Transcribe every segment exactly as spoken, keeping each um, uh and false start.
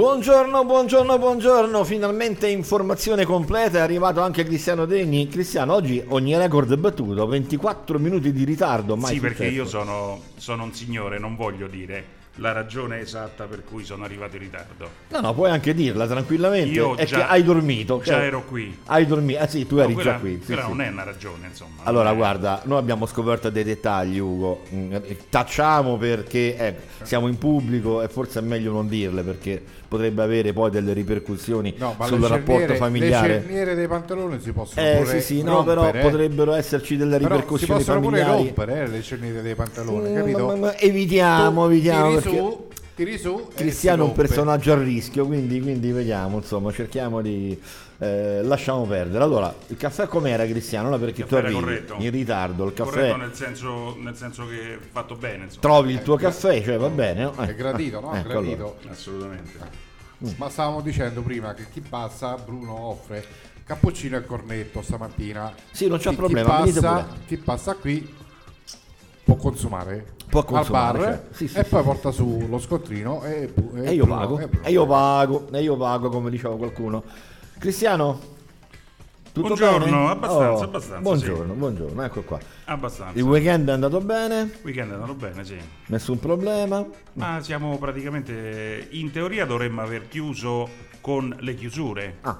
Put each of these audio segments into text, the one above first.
Buongiorno, buongiorno, buongiorno, finalmente informazione completa, è arrivato anche Cristiano Degni. Cristiano, oggi ogni record è battuto, ventiquattro minuti di ritardo, mai Sì, successo. perché io sono, sono un signore, non voglio dire la ragione esatta per cui sono arrivato in ritardo. No, no, puoi anche dirla tranquillamente, Io è già, che hai dormito. Già cioè, ero qui. Hai dormito, ah sì, tu No, eri quella, già qui. Sì, quella sì. non è una ragione, insomma. Allora, è... guarda, noi abbiamo scoperto dei dettagli, Ugo. Mm, Tacciamo perché eh, siamo in pubblico e forse è meglio non dirle perché potrebbe avere poi delle ripercussioni no, ma sul le rapporto cerniere, familiare. Le cerniere dei pantaloni si possono Eh pure sì, sì, no, rompere, però potrebbero esserci delle però ripercussioni si possono familiari. pure rompere eh, le cerniere dei pantaloni, Mm, capito? ma- ma- evitiamo, Tu evitiamo tiri perché su, tiri su e Cristiano è si un rompe. personaggio a rischio, quindi, quindi vediamo, insomma, cerchiamo di eh, lasciamo perdere. Allora, il caffè com'era, Cristiano? No, perché Il tu caffè era arrivi corretto. in ritardo, il caffè Corretto nel senso, nel senso che fatto bene, insomma. trovi il tuo Eh, caffè, cioè va bene, no? È Eh, gradito, no? ecco, Gradito. Assolutamente. Ma stavamo dicendo prima che chi passa, Bruno offre cappuccino e cornetto stamattina. Sì, non c'è Chi- problema, chi venite passa, pure. chi passa qui può consumare, Può consumare, al bar certo. Sì, sì, e sì, poi sì. porta su lo scontrino e, e E io Bruno- pago, e Bruno. e io pago, e io pago, come diceva qualcuno. Cristiano, tutto Buongiorno, bene? abbastanza, abbastanza, Buongiorno, buongiorno, ecco qua. Abbastanza. Il weekend è andato bene? Weekend è andato bene, sì. Nessun problema? Ma siamo praticamente, in teoria dovremmo aver chiuso con le chiusure. Ah,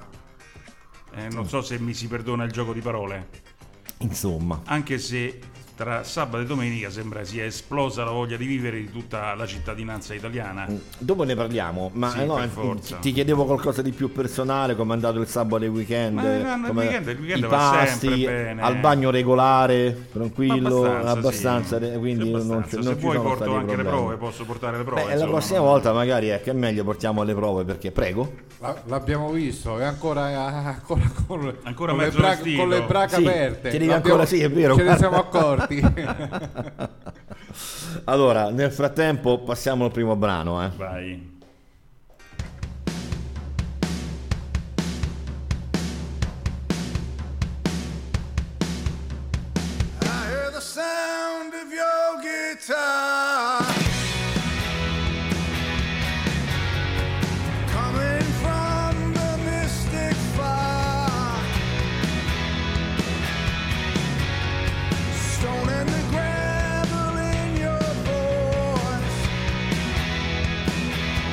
Eh, non so se mi si perdona il gioco di parole. insomma. Anche se tra sabato e domenica sembra sia esplosa la voglia di vivere di tutta la cittadinanza italiana. Dopo ne parliamo, ma Sì, eh, no, per eh, forza. ti chiedevo qualcosa di più personale, come è andato il sabato e il weekend, Ma, no, no, il come- weekend- il weekend i va pasti, sempre bene. al bagno regolare, tranquillo, Abbastanza, abbastanza, sì. re- quindi Sì, non, abbastanza. non Se ci vuoi sono porto stati anche le problemi. prove, posso portare le prove. Beh, la insomma, prossima non- volta magari è che è meglio portiamo le prove perché prego. La- l'abbiamo visto e ancora, eh, ancora, con, Ancora con, le mezzo brache, vestito. con le bracche Sì, aperte. ti devi L'abbiamo- ancora- sì, è vero, Ce ne guarda. siamo accorti. Allora, nel frattempo passiamo al primo brano, eh. Vai. I hear the sound of your guitar coming from the mystic far, stone and the gravel in your voice,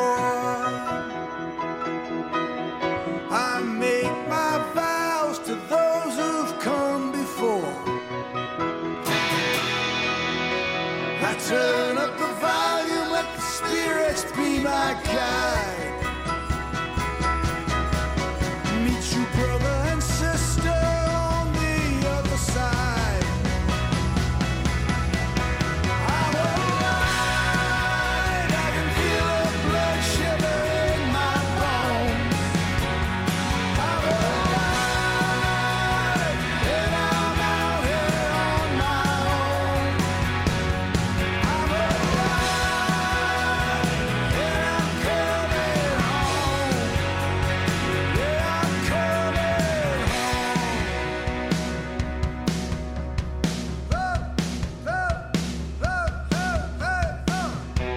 more. I make my vows to those who've come before. I turn up the volume, let the spirits be my guide. Meet you, brother and sister, on the other side. I'm alive, I can feel the blood shiver in my bones. I'm alive, and I'm out here on my own. I'm alive, and I'm coming home. Yeah, I'm coming home. Love, love, love, love, love, love.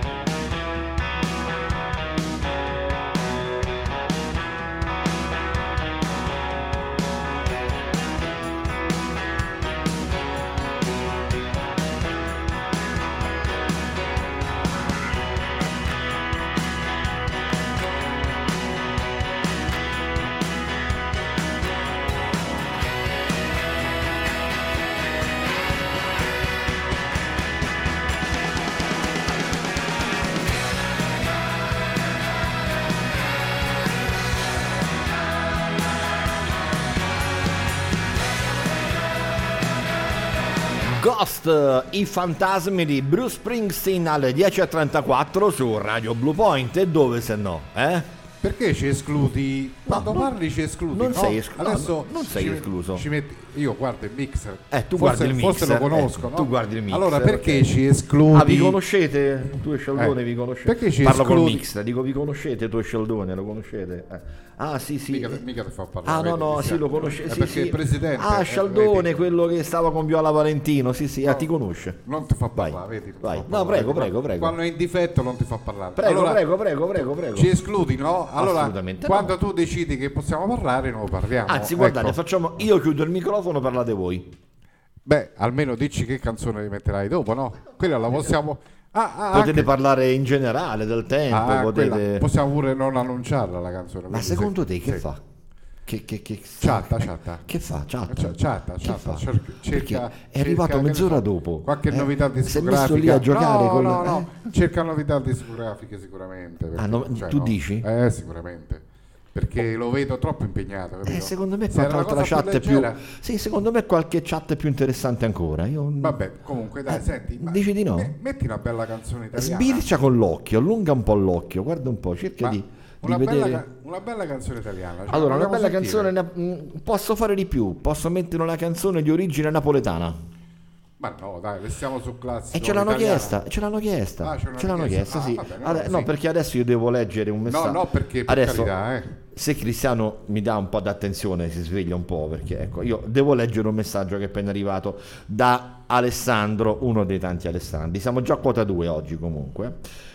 Ghost, i fantasmi di Bruce Springsteen alle dieci e trentaquattro su Radio Blue Point. E dove se no, eh? Perché ci escludi? Quando non- parli ci escludi. non no? sei esclu- no, Adesso no, non sei ci- escluso. ci metti- io guardo il mixer. Eh, tu forse, guardi il forse mixer, lo conosco, eh, no? tu guardi il mixer, Allora perché ok. ci escludi? Ah, vi conoscete? Tu e Sceldone Eh, vi conoscete? perché ci Parlo col escludi? mix, dico vi conoscete tu e Sceldone, lo conoscete? Eh. Ah sì sì. Mica, mica ti fa parlare. Ah no vedi, no, mi sì sa. lo conosce, È sì, perché sì. il presidente. Ah, eh, Scialdone, vedi, quello che stava con Viola Valentino, sì sì, ah, ti conosce. non ti fa Vai, parlare, vedi? non ti vai. fa No, parlare. prego, prego, prego. Quando è in difetto non ti fa parlare. Prego, Allora, prego, prego, prego, prego. ci escludi, no? Allora, Assolutamente quando no. tu decidi che possiamo parlare, noi parliamo. Anzi, guardate, Ecco. facciamo io chiudo il microfono, parlate voi. Beh, almeno dici che canzone metterai dopo, no? Quella la possiamo. Ah, ah, Potete anche- parlare in generale del tempo, Ah, potete quella possiamo pure non annunciarla la canzone. Ma quindi secondo se- te che sì. fa? Che, che, che Chatta, chatta. Che fa? Chatta? Ch- chatta, Che chatta, fa? cer- Perché cerca- è arrivato cerca, che mezz'ora ne so, dopo. Qualche eh? novità Si è discografica. messo lì a giocare no, con no, eh? no. Cerca novità discografiche sicuramente. perché- Ah, no, cioè, tu no. dici? Eh, sicuramente. Perché lo vedo troppo impegnato. Eh, capito? secondo me Se era qualche una altra cosa chat più leggera- sì, secondo me qualche chat più interessante ancora. Io Vabbè, comunque dai, Eh, senti. ma- dici di no? me- metti una bella canzone italiana. sbircia con l'occhio, allunga un po' l'occhio, guarda un po', cerca Ma di, di una, bella, vedere. ca- una bella canzone italiana. cioè, Allora, una vogliamo bella sentire? canzone, ne- mh, posso fare di più, posso mettere una canzone di origine napoletana. Ma no, dai, restiamo su classico. E ce l'hanno italiano. chiesta, ce l'hanno chiesta, Ah, ce l'hanno ce l'hanno chiesta. chiesta, Ah, sì. va bene, Ade- allora no, sì. perché adesso io devo leggere un messaggio. No, no, perché per adesso, carità, eh. se Cristiano mi dà un po' d'attenzione, si sveglia un po', perché ecco, io devo leggere un messaggio che è appena arrivato da Alessandro, uno dei tanti Alessandri. Siamo già a quota due oggi comunque.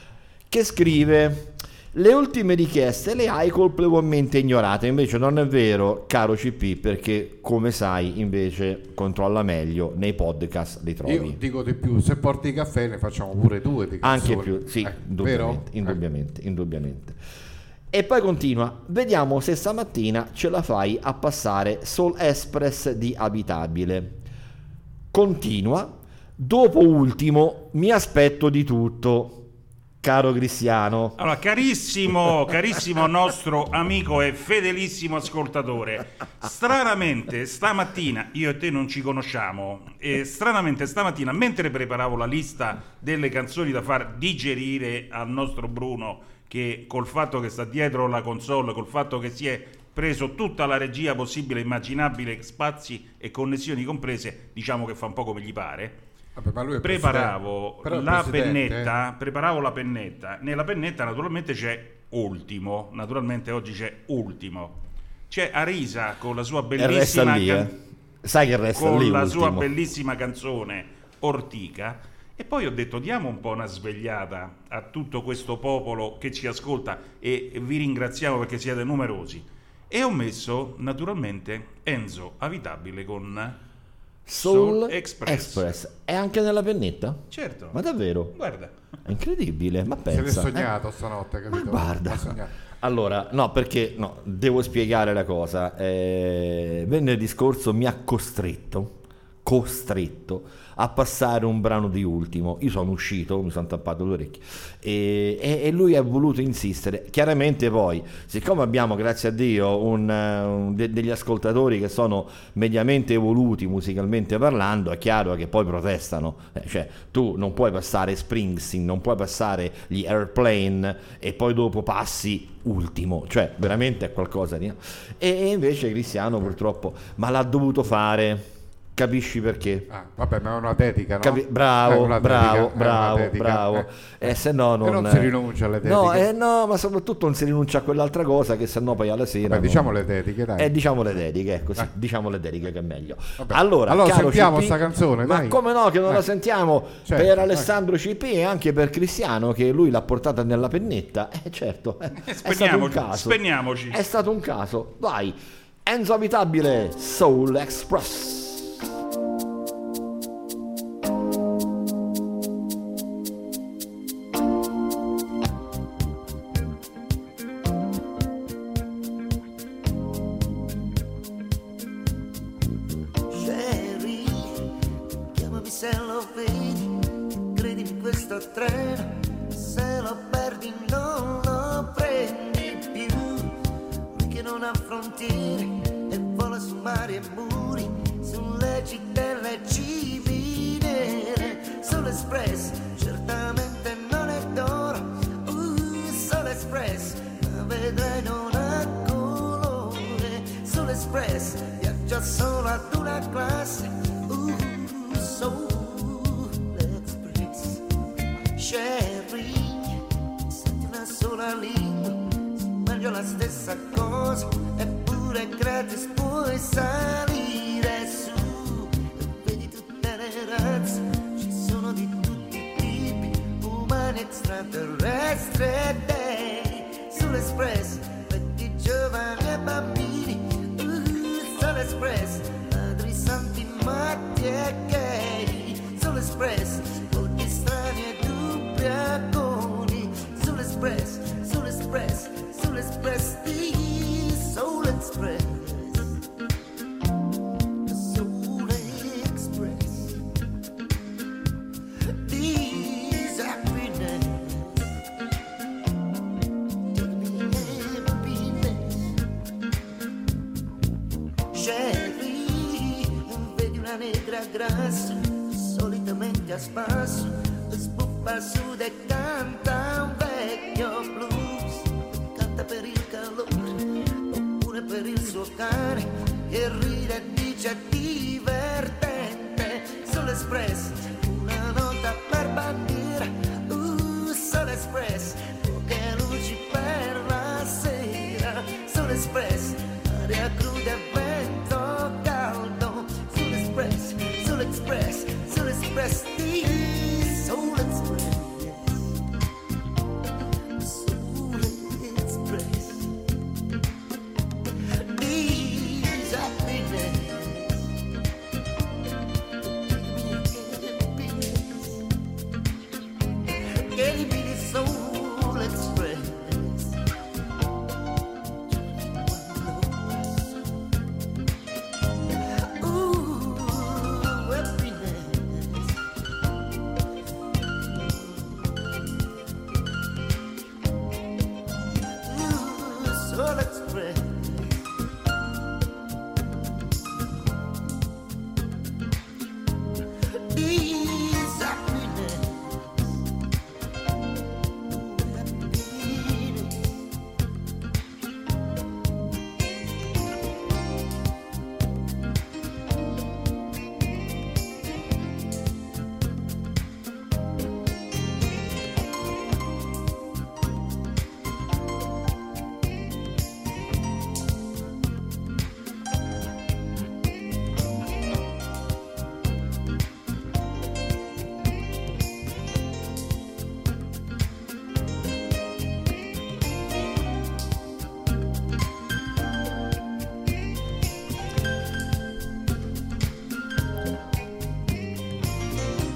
Che scrive: le ultime richieste le hai colpevolmente ignorate. Invece non è vero, caro C P, perché come sai invece controlla meglio, nei podcast li trovi. Io dico di più, se porti i caffè ne facciamo pure due di Anche canzoni. più, sì, Eh, indubbiamente, vero? indubbiamente, indubbiamente. E poi continua: vediamo se stamattina ce la fai a passare Soul Express di Abitabile. Continua: dopo ultimo mi aspetto di tutto, caro Cristiano. Allora, carissimo, carissimo nostro amico e fedelissimo ascoltatore, stranamente stamattina, io e te non ci conosciamo, e stranamente stamattina, mentre preparavo la lista delle canzoni da far digerire al nostro Bruno, che col fatto che sta dietro la console, col fatto che si è preso tutta la regia possibile e immaginabile, spazi e connessioni comprese, diciamo che fa un po' come gli pare. Vabbè, ma lui è Preparavo presidente. Però è la presidente, pennetta, preparavo la pennetta. Nella pennetta naturalmente c'è ultimo, naturalmente oggi c'è ultimo. C'è Arisa con la sua E resta bellissima lì, can- eh. Sai che resta con lì la ultimo. sua bellissima canzone Ortica. E poi ho detto diamo un po' una svegliata a tutto questo popolo che ci ascolta e vi ringraziamo perché siete numerosi. E ho messo naturalmente Enzo Avitabile con Soul, Soul Express. Express. È anche nella pennetta? Certo. Ma davvero? Guarda. È incredibile, ma Se l'è pensa. sognato stanotte, capito? Ma guarda. L'ha sognato. Allora, no, perché no, devo spiegare la cosa. Eh, venerdì scorso mi ha costretto, costretto a passare un brano di Ultimo. Io sono uscito, mi sono tappato le orecchie e, e, e lui ha voluto insistere. Chiaramente poi, siccome abbiamo, grazie a Dio, un, un, de, degli ascoltatori che sono mediamente evoluti musicalmente parlando, è chiaro che poi protestano. Eh, cioè, tu non puoi passare Springsteen, non puoi passare gli Airplane e poi dopo passi Ultimo, cioè veramente è qualcosa di... E, e invece Cristiano purtroppo, ma l'ha dovuto fare. Capisci perché? Ah, vabbè, ma è una dedica, no? Capi- bravo, È una bravo, dedica, è una bravo, dedica, bravo. eh. E se no non, E non si rinuncia alle No, dediche. eh, no, ma soprattutto non si rinuncia a quell'altra cosa che se no poi alla sera. Beh, non- diciamo le dediche, dai. Eh, diciamo le dediche, ecco, sì, Eh. diciamo le dediche che è meglio. Vabbè. Allora, Allora, caro sentiamo C P, sta canzone, ma dai. come no che non Eh. la sentiamo Certo, per vai. Alessandro C P e anche per Cristiano che lui l'ha portata nella pennetta. Eh certo, eh, è stato un Spegniamoci, caso. spegniamoci. È stato un caso. Vai. Enzo Abitabile, Soul Express. Sherry, chiamami se lo vedi, credimi questo treno, se lo perdi non lo prendi più, lui che non ha frontiere e vola su mari e muri, sulle cittelle civile, Soul Express, certamente non è d'oro, uh, Soul Express, ma vedrai non ha colore, Soul Express, viaggia solo ad una classe, uh, Soul Express, Sherry, senti una sola lingua, si mangia la stessa cosa, eppure gratis puoi salire su, e vedi tutte le razze, ci sono di tutti i tipi, umani, extraterrestri e dei, sull'Express, vedi giovani e bambini, uh, sull'Express, padri santi, matti e gay, sull'Express, tutti strani e ubriaconi, sull'Express, sull'Express, sull'Express di Soul Express. Soul Express. These happiness. Take me happiness. Sherry, vedi una negra grassa, solitamente a spasso, sbuffa su e canta un vecchio blues, canta per il calore, oppure per il suo cane, che ride e dice divertente, Soul Express, una nota per bandiera, uh, Soul Express, poche luci per la sera, Soul Express, aria cruda e vento caldo, Soul Express, Soul Express, Soul Express, di Soul Express. Soul Express. These happiness.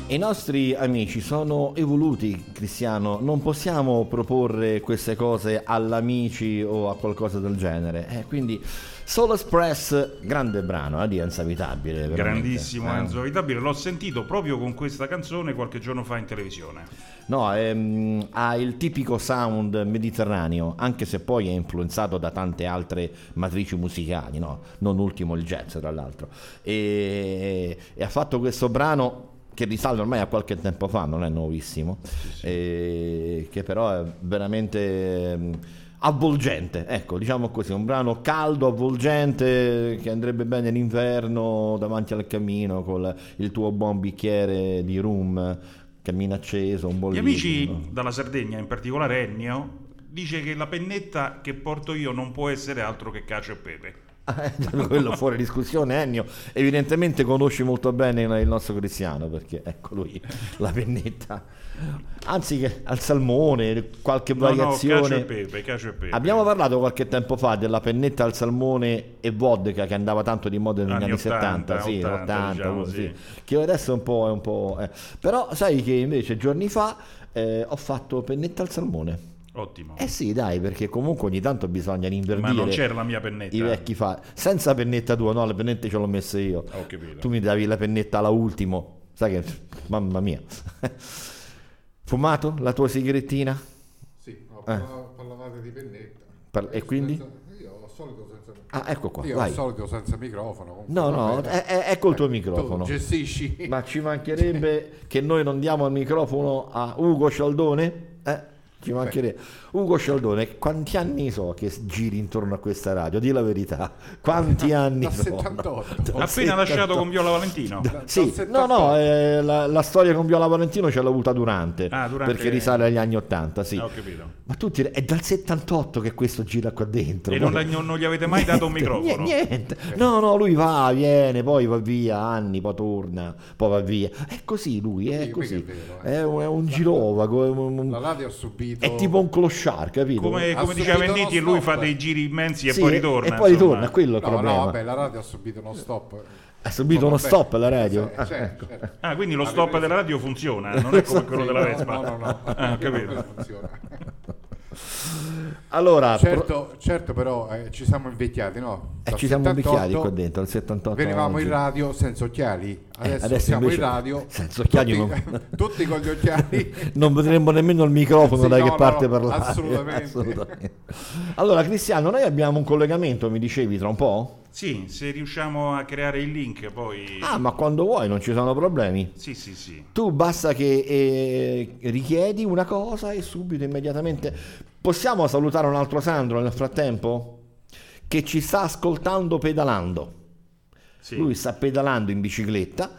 I nostri amici sono evoluti, Cristiano, non possiamo proporre queste cose all'amici o a qualcosa del genere, eh, quindi Soul Express, grande brano, eh, di Enzo Abitabile, grandissimo eh. Enzo Abitabile, l'ho sentito proprio con questa canzone qualche giorno fa in televisione. No, ehm, ha il tipico sound mediterraneo, anche se poi è influenzato da tante altre matrici musicali, no? Non ultimo il jazz, tra l'altro, e, e ha fatto questo brano che risale ormai a qualche tempo fa, non è nuovissimo, sì, sì. E che però è veramente avvolgente, ecco, diciamo così, un brano caldo, avvolgente, che andrebbe bene l'inverno davanti al camino con il tuo buon bicchiere di rum, cammino acceso, un bollino. Gli amici, no? Dalla Sardegna, in particolare Ennio, dice che la pennetta che porto io non può essere altro che cacio e pepe. Quello fuori discussione. Ennio evidentemente conosci molto bene il nostro Cristiano, perché ecco lui la pennetta, anzi che al salmone, qualche no, variazione. No, cacio e pepe, cacio e pepe. Abbiamo parlato qualche tempo fa della pennetta al salmone e vodka che andava tanto di moda negli anni, anni settanta, sì, ottanta, ottanta, diciamo, sì. Sì. Che adesso è un po', è un po' eh. Però sai che invece giorni fa eh, ho fatto pennetta al salmone. Ottimo. Eh sì, dai, perché comunque ogni tanto bisogna rinverdire. Ma non c'era la mia pennetta. I vecchi fa senza pennetta tua, no, le pennette ce l'ho messe io. Ho capito. Tu mi davi la pennetta alla ultimo. Sai che mamma mia. Fumato la tua sigarettina? Sì, no, parla- parlavate di pennetta. Par- e quindi? Senza, io ho solito senza Ah, ecco qua. Io vai. al solito senza microfono. No, no, è, è, è col tuo microfono. Tu gestisci. Ma ci mancherebbe che noi non diamo il microfono a Ugo Scialdone? Eh? Ci mancherebbe. Ugo Scialdone, quanti anni so che giri intorno a questa radio? Di la verità, quanti anni Da sono? settantotto. Da Appena settantotto. lasciato con Viola Valentino. Da- Da- sì, dal no, no, eh, la, la storia con Viola Valentino ce l'ho avuta durante, Ah, durante- perché risale agli anni ottanta, sì. Ah, ho capito. Ma tutti è dal settantotto che questo gira qua dentro. E poi- non, la- non gli avete mai dato un Niente, microfono? Niente, niente. No, no, lui va, viene, poi va via, anni, poi torna, poi va via. È così lui, è Sì, così. mica è vero, eh. È un, è un girovago, è, un- La radio ha subito. è tipo un clochard, capito? Come, Ha come diceva subito Venditti, uno lui stop. fa dei giri immensi e Sì, poi ritorna. E poi insomma. ritorna, quello è il No, problema. no, vabbè, la radio ha subito uno stop. Ha subito uno Vabbè, stop la radio. sì, certo, Ah, ecco. certo. Ah, quindi lo Avete stop preso- della radio funziona, non è come quello Sì, della no, Vespa. No, no, no. Ah, ho capito. Non funziona. Allora, pro- Certo, certo, però eh, ci siamo invecchiati, no? eh, Dal ci siamo settantotto invecchiati qua dentro, al settantotto. Venivamo oggi. in radio senza occhiali, adesso, adesso siamo invece in radio senza occhiali tutti, tutti con gli occhiali. Non vedremo nemmeno il microfono Sì, da no, che no, parte no, parlare. assolutamente. Assolutamente. Allora, Cristiano, noi abbiamo un collegamento, mi dicevi tra un po'? Sì, se riusciamo a creare il link poi... Ah, ma quando vuoi, non ci sono problemi. Sì, sì, sì. Tu basta che eh, richiedi una cosa e subito, immediatamente. Possiamo salutare un altro Sandro nel frattempo? Che ci sta ascoltando pedalando. Sì. Lui sta pedalando in bicicletta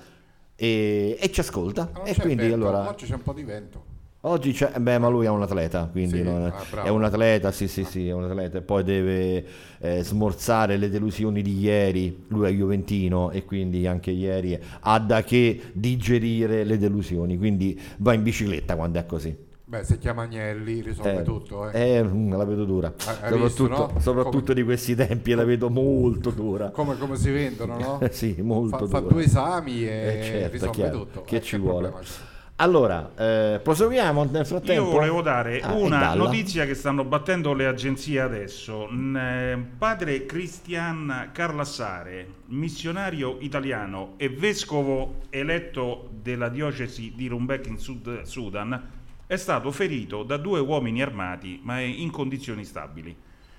e, e ci ascolta. Non e c'è quindi vento, allora... oggi c'è un po' di vento. Oggi c'è, beh, ma lui è un atleta, quindi Sì, non- ah, bravo. è un atleta, sì, sì, sì, è un atleta, e poi deve eh, smorzare le delusioni di ieri. Lui è juventino e quindi anche ieri ha da che digerire le delusioni, quindi va in bicicletta quando è così. Beh, se chiama Agnelli risolve Eh, tutto, eh. eh, mm, la vedo dura, Hai soprattutto, visto, no? soprattutto Come- di questi tempi la vedo molto dura. Come, come si vendono, no? Sì, molto fa, fa dura. due esami e Eh, certo, è risolve chiaro. tutto. Che Eh, ci vuole? problema c'è? Allora, eh, proseguiamo nel frattempo. Io volevo dare Ah, e una dalla. notizia che stanno battendo le agenzie adesso. Mm, eh, Padre Cristian Carlassare, missionario italiano e vescovo eletto della diocesi di Rumbek in Sud Sudan, è stato ferito da due uomini armati, ma è in condizioni stabili.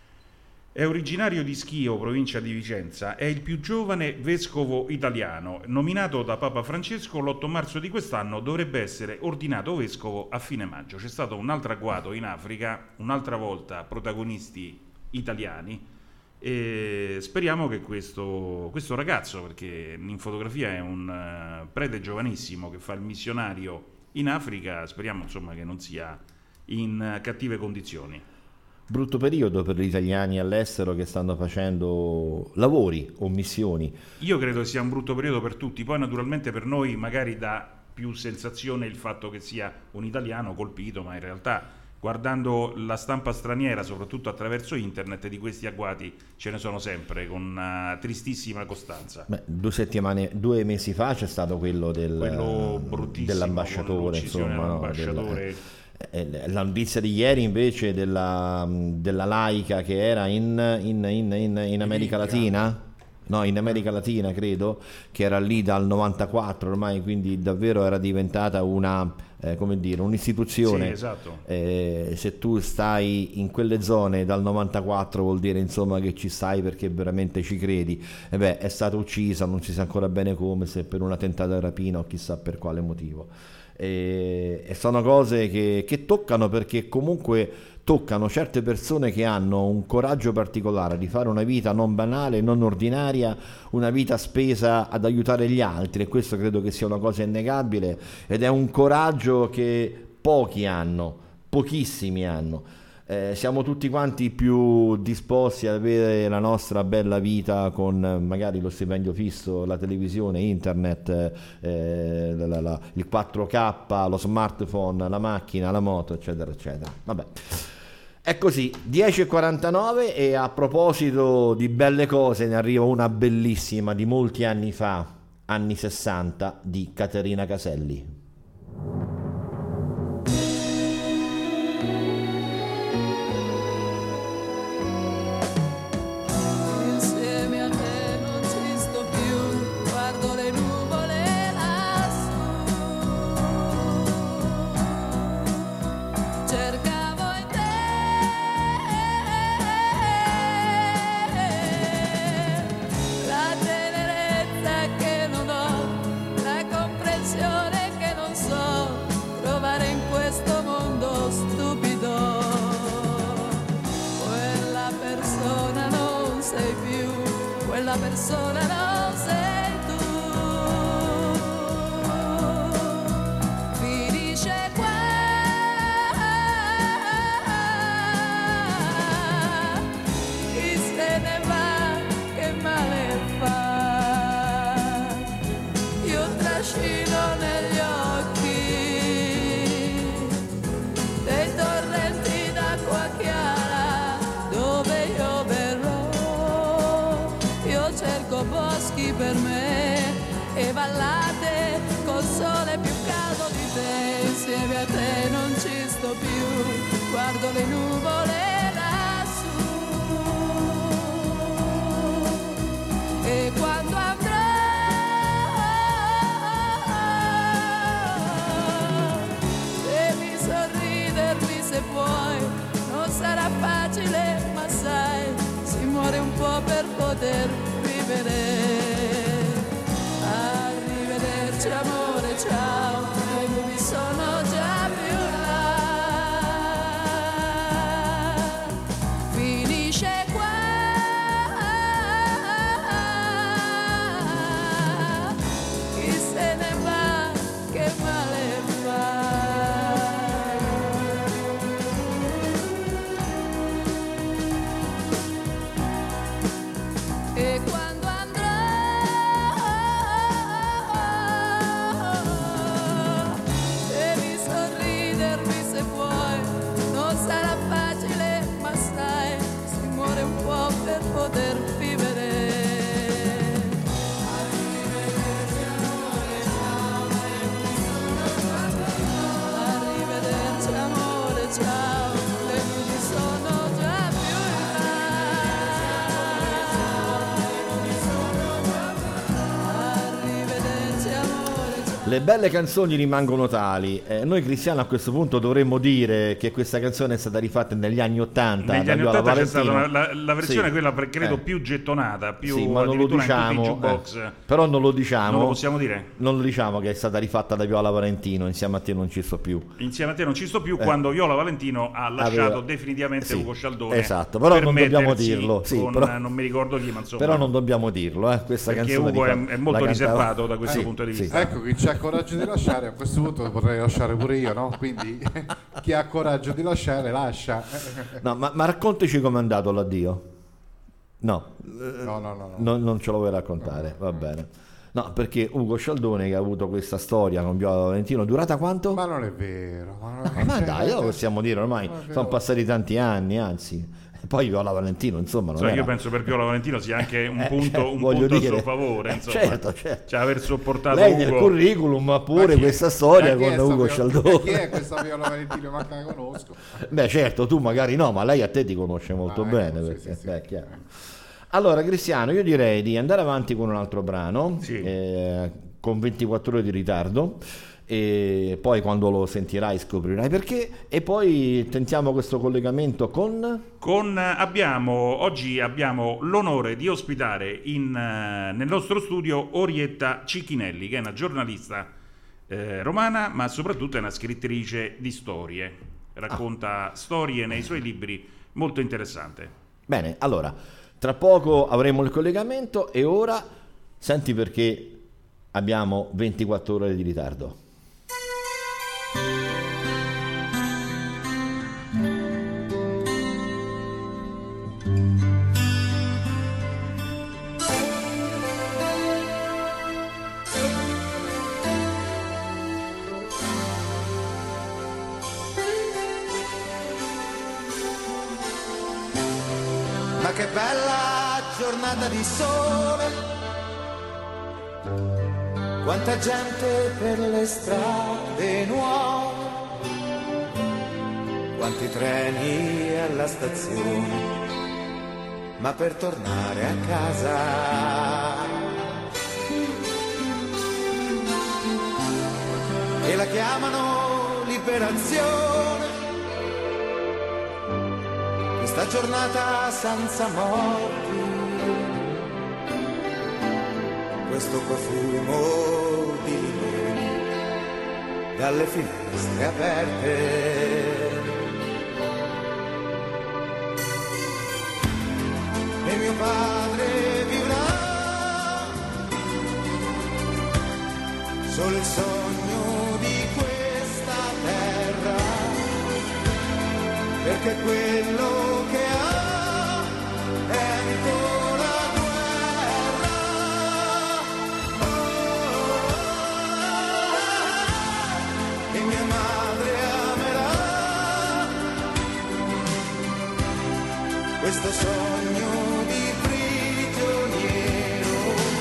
È originario di Schio, provincia di Vicenza, è il più giovane vescovo italiano. Nominato da Papa Francesco l'otto marzo di quest'anno, dovrebbe essere ordinato vescovo a fine maggio. C'è stato un altro agguato in Africa, un'altra volta protagonisti italiani, e speriamo che questo, questo ragazzo, perché in fotografia è un eh, prete giovanissimo che fa il missionario in Africa, speriamo insomma che non sia in eh, cattive condizioni. Brutto periodo per gli italiani all'estero che stanno facendo lavori o missioni. Io credo sia un brutto periodo per tutti, poi naturalmente per noi magari dà più sensazione il fatto che sia un italiano colpito, ma in realtà guardando la stampa straniera, soprattutto attraverso internet, di questi agguati ce ne sono sempre, con una tristissima costanza. Beh, due settimane, due mesi fa c'è stato quello, del, quello bruttissimo, dell'ambasciatore, insomma, no, dell'ambasciatore. Del, la notizia di ieri invece della, della laica che era in, in, in, in, in America Latina. No, in America Latina credo, che era lì dal novantaquattro ormai, quindi davvero era diventata una, eh, come dire, un'istituzione. Sì, esatto. Eh, se tu stai in quelle zone dal novantaquattro vuol dire insomma che ci stai perché veramente ci credi. E beh, è stata uccisa, non si sa ancora bene come, se per una tentata rapina o chissà per quale motivo. E, e sono cose che, che toccano, perché comunque toccano certe persone che hanno un coraggio particolare di fare una vita non banale, non ordinaria, una vita spesa ad aiutare gli altri, e questo credo che sia una cosa innegabile, ed è un coraggio che pochi hanno, pochissimi hanno. Eh, siamo tutti quanti più disposti ad avere la nostra bella vita con magari lo stipendio fisso, la televisione, internet, eh, la, la, la, il quattro K, lo smartphone, la macchina, la moto, eccetera, eccetera. Vabbè. È così, dieci e quarantanove, e a proposito di belle cose ne arriva una bellissima di molti anni fa, anni sessanta, di Caterina Caselli. La persona non sei tu, finisce qua, chi se ne va, che male fa, io trascino negli occhi dei torrenti d'acqua chiara, dove io verrò. Cerco boschi per me e vallate col sole più caldo di te. Insieme a te non ci sto più, guardo le nuvole lassù, e quando andrò devi sorridermi se puoi, non sarà facile ma sai, si muore un po' per poter arrivederci amore, ciao, le nubi sono già più là, finisce qua, chi se ne va, che male fa. E quando andrò devi sorridermi se vuoi, non sarà facile ma sai, si muore un po' per poter vivere. Arrivederci amore, ciao, le nubi sono già più Le belle canzoni rimangono tali. Eh, noi cristiani a questo punto dovremmo dire che questa canzone è stata rifatta negli anni ottanta. Negli anni ottanta c'è stata una, la, la versione sì. quella credo eh. più gettonata, più sì, ma non lo diciamo, in tutti i jukebox. Eh. Però non lo diciamo. Non lo possiamo dire. Non lo diciamo che è stata rifatta da Viola Valentino. Insieme a te non ci sto più. Insieme a te non ci sto più, eh. quando Viola Valentino ha lasciato Aveva... definitivamente sì. Ugo Scialdone. Esatto, però per non dobbiamo dirlo. Sì, con, però... non mi ricordo chi, ma insomma. Però non dobbiamo dirlo, eh. Questa perché canzone Ugo di è, è molto riservato da questo sì, punto di sì. vista. Ecco, chi c'ha coraggio di lasciare, a questo punto potrei lasciare pure io, no? Quindi chi ha coraggio di lasciare lascia. No, ma, ma raccontaci com'è andato l'addio. No, no, no, no, no. Non, non ce lo vuoi raccontare, no. Va bene. No, perché Ugo Scialdone, che ha avuto questa storia con Viola Valentino, durata quanto? Ma non è vero. Ma, non è Ma cioè, dai, lo possiamo dire ormai, Ma è vero. sono passati tanti anni, anzi. E poi Viola Valentino, insomma, non Cioè, era... io penso per Viola Valentino sia anche un Eh, punto, cioè, un voglio punto a dire, suo favore, eh, insomma. certo, certo. Cioè, aver sopportato Lei Ugo. nel curriculum ha pure Ma chi- questa storia Ma chi è con sta Ugo Viola- Scialdone. Chi è questa Viola Valentino? Ma che la conosco. Beh, certo, tu magari no, ma lei a te ti conosce molto Ah, ecco, bene. sì, Perché, sì, sì. beh, è chiaro. Allora, Cristiano, io direi di andare avanti con un altro brano, Sì. eh, con ventiquattro ore di ritardo, e poi quando lo sentirai scoprirai perché, e poi tentiamo questo collegamento con... Con, abbiamo, oggi abbiamo l'onore di ospitare in, eh, nel nostro studio Orietta Cicchinelli, che è una giornalista eh, romana, ma soprattutto è una scrittrice di storie. Racconta storie nei suoi libri, molto interessante. Bene, allora, tra poco avremo il collegamento e ora senti perché abbiamo ventiquattro ore di ritardo. Ma che bella giornata di sole, quanta gente per le strade nuove, quanti treni alla stazione, ma per tornare a casa. E la chiamano liberazione, questa giornata senza morti, questo profumo di limoni dalle finestre aperte. E mio padre vivrà solo il sogno di questa terra, perché quello che ha è ancora guerra. Oh, e mia madre amerà questo sogno di prigioniero,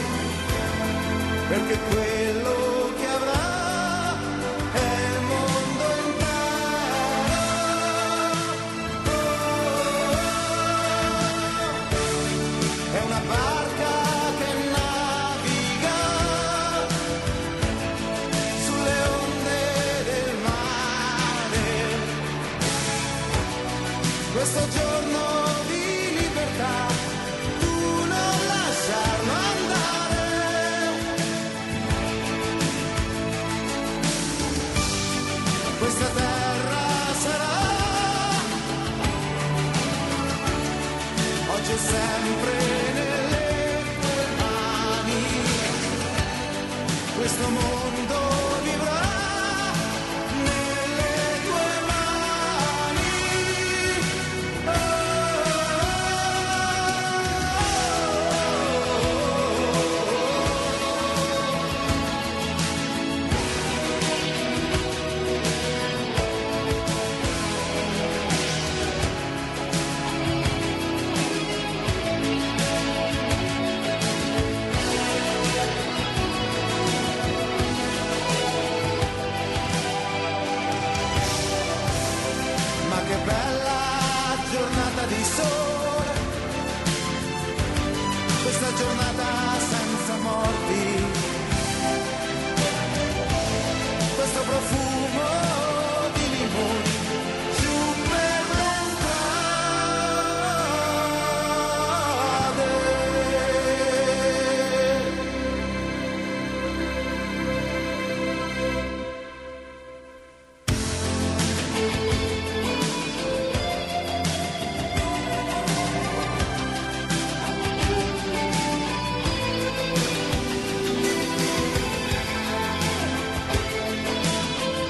perché quello che avrà è il mondo intero. È una barca che naviga sulle onde del mare, questo giorno di libertà tu non lasciarlo andare. Questa terra sarà oggi e sempre nelle tue mani, questo mondo vivrà nelle tue mani. Ma che bella giornata di sole, questa giornata senza morti, questo profumo di limoni giù per le strade.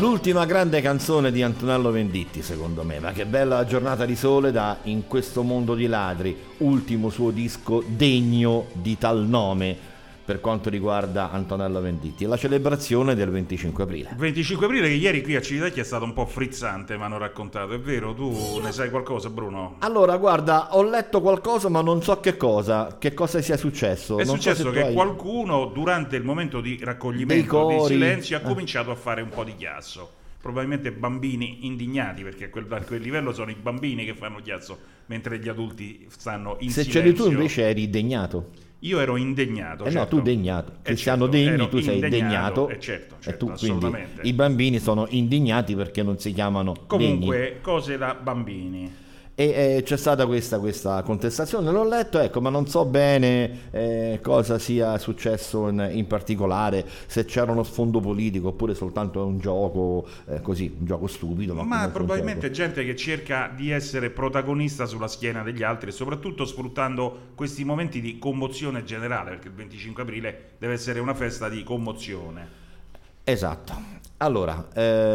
l'ultima grande canzone di Antonello Venditti, secondo me. Ma che bella giornata di sole da In questo mondo di ladri, ultimo suo disco degno di tal nome per quanto riguarda Antonello Venditti, la celebrazione del venticinque aprile. venticinque aprile, che ieri qui a Civitavecchia è stato un po' frizzante, mi hanno raccontato, è vero? Tu ne sai qualcosa, Bruno? Allora, guarda, ho letto qualcosa ma non so che cosa, che cosa sia successo. È non successo so se che tu hai... qualcuno durante il momento di Dei raccoglimento cori. di silenzio ha Eh. cominciato a fare un po' di chiasso. Probabilmente bambini indignati, perché a quel, a quel livello sono i bambini che fanno chiasso mentre gli adulti stanno in Se silenzio. c'eri tu invece eri degnato. Io ero indegnato. Eh certo. no, tu degnato. Eh Cristiano certo, Degni, ero tu sei indegnato, degnato. eh certo, e certo, tu, quindi assolutamente. i bambini sono indignati perché non si chiamano Comunque, degni. cose da bambini. E eh, c'è stata questa, questa contestazione, l'ho letto, ecco, ma non so bene eh, cosa sia successo in, in particolare, se c'era uno sfondo politico oppure soltanto un gioco eh, così, un gioco stupido. Ma, Ma comunque un probabilmente gioco. gente che cerca di essere protagonista sulla schiena degli altri e soprattutto sfruttando questi momenti di commozione generale, perché il venticinque aprile deve essere una festa di commozione. Esatto. Allora,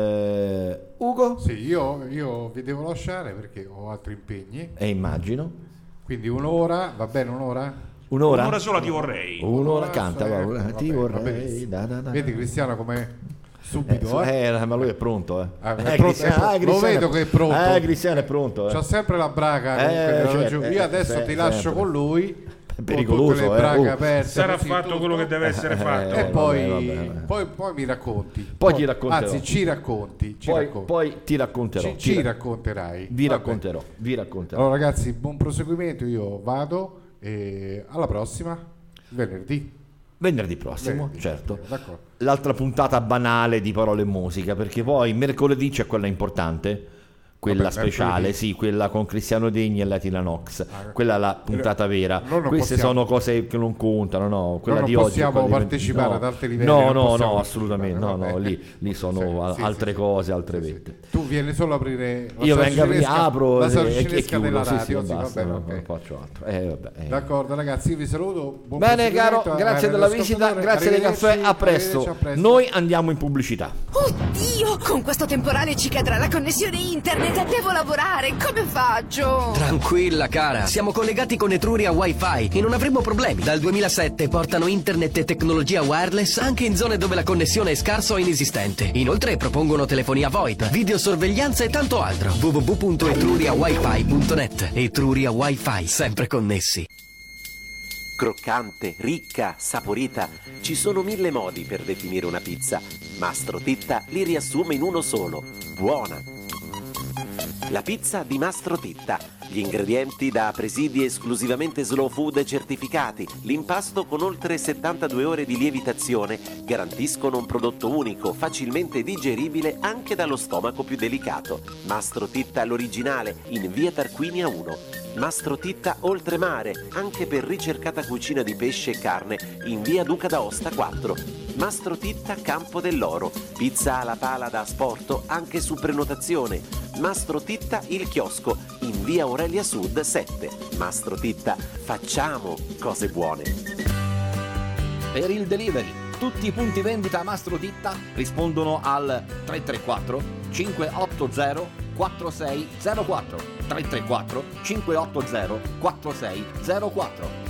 eh, Ugo? Sì, io, io vi devo lasciare perché ho altri impegni. E immagino. Quindi un'ora, va bene un'ora? Un'ora? Un'ora sola ti vorrei. Un'ora canta, eh, va, va ti bene, va vorrei. benissimo. Da, da, da. Vedi Cristiano come Eh, subito, su- eh? eh, ma lui è pronto, eh. Ah, è Eh, pronto, Cristiano- è pronto. ah, Lo Cristiano vedo che è pronto. Eh, Cristiano è pronto, eh. C'ha sempre la braga Eh, comunque nella certo, giù. eh, Io adesso se- ti lascio sempre. con lui. È con pericoloso, tutte le eh. braghe Oh. aperte, Sarà così, fatto tutto. quello che deve essere fatto. Eh, E poi, vabbè, vabbè. poi, poi mi racconti. Poi ti racconterò. Anzi, ci racconti. Ci Poi, racconti. poi ti racconterò. ci, ti ci ra- racconterai. Vi Va racconterò, vi racconterò. Allora ragazzi, buon proseguimento, io vado e alla prossima, venerdì. Venerdì prossimo, Venerdì, certo. d'accordo. L'altra puntata banale di Parole e Musica, perché poi mercoledì c'è quella importante, quella Vabbè, speciale, mercoledì. sì, quella con Cristiano Degni e Latina Nox, Ah, quella è la puntata vera. noi non Queste possiamo- sono cose che non contano, no, quella non di oggi. è possiamo quella di- partecipare no. ad alti livelli, No, non no, possiamo no, assolutamente, no, partecipare, no, vabbè. lì, lì sono Sì, a- sì, altre sì, cose, altre sì, vette. sì. Tu vieni solo a aprire la Io vengo a aprire, sarcinesca- apro la e, e sarcinesca chiudo, della sì, sì, radio, sì, va basta, bene, no, ok. non faccio altro. Eh, vabbè, eh. D'accordo ragazzi, io vi saluto. Buon Bene proseguimento, caro, grazie eh, della visita, ascoltatore, grazie dei caffè, arrivederci, a presto. arrivederci, a presto. Noi andiamo in pubblicità. Oddio, con questo temporale ci cadrà la connessione internet e devo lavorare, come faccio? Tranquilla cara, siamo collegati con Etruria Wi-Fi e non avremo problemi. Dal duemilasette portano internet e tecnologia wireless anche in zone dove la connessione è scarsa o inesistente. Inoltre propongono telefonia VoIP, videosorveglianza e tanto altro. w w w punto etruria wifi punto net. Etruria Wi-Fi, sempre connessi. Croccante, ricca, saporita. Ci sono mille modi per definire una pizza. Mastro Titta li riassume in uno solo: buona. La pizza di Mastro Titta. Gli ingredienti da presidi esclusivamente slow food certificati, l'impasto con oltre settantadue ore di lievitazione garantiscono un prodotto unico, facilmente digeribile anche dallo stomaco più delicato. Mastro Titta l'originale, in via Tarquinia uno. Mastro Titta Oltremare, anche per ricercata cucina di pesce e carne, in via Duca d'Aosta quattro. Mastro Titta Campo dell'Oro, pizza alla pala da asporto anche su prenotazione. Mastro Titta Il Chiosco, in via Aurelia Sud sette. Mastro Titta, facciamo cose buone. Per il delivery, tutti i punti vendita Mastro Titta rispondono al tre tre quattro cinque otto zero quattro sei zero quattro tre tre quattro cinque otto zero quattro sei zero quattro.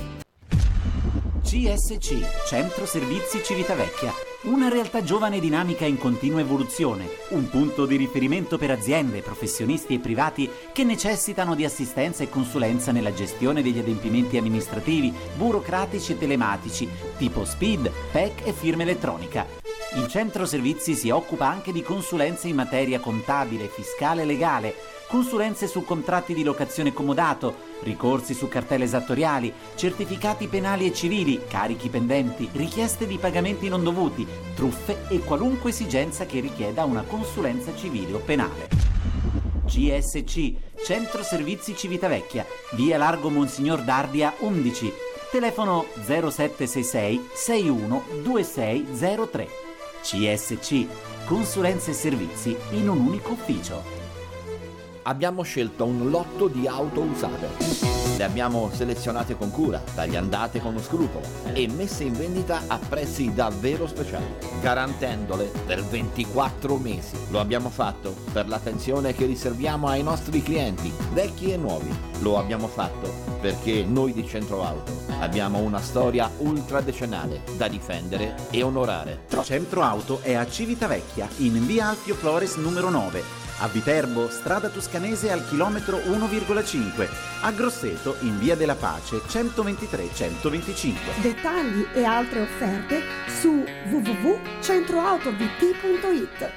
C S C, Centro Servizi Civitavecchia, una realtà giovane e dinamica in continua evoluzione, un punto di riferimento per aziende, professionisti e privati che necessitano di assistenza e consulenza nella gestione degli adempimenti amministrativi, burocratici e telematici, tipo S P I D, P E C e firma elettronica. Il Centro Servizi si occupa anche di consulenze in materia contabile, fiscale e legale, consulenze su contratti di locazione comodato, ricorsi su cartelle esattoriali, certificati penali e civili, carichi pendenti, richieste di pagamenti non dovuti, truffe e qualunque esigenza che richieda una consulenza civile o penale. C S C, Centro Servizi Civitavecchia, via Largo Monsignor Dardia undici, telefono zero sette sei sei sei uno due sei zero tre. C S C, consulenze e servizi in un unico ufficio. Abbiamo scelto un lotto di auto usate. Le abbiamo selezionate con cura, tagliandate con scrupolo e messe in vendita a prezzi davvero speciali, garantendole per ventiquattro mesi. Lo abbiamo fatto per l'attenzione che riserviamo ai nostri clienti, vecchi e nuovi. Lo abbiamo fatto perché noi di Centro Auto abbiamo una storia ultradecennale da difendere e onorare. Centro Auto è a Civitavecchia, in via Alfio Flores numero nove. A Viterbo, strada toscanese al chilometro uno virgola cinque. A Grosseto, in via della Pace, centoventitré centoventicinque. Dettagli e altre offerte su w w w punto centroautovt punto it.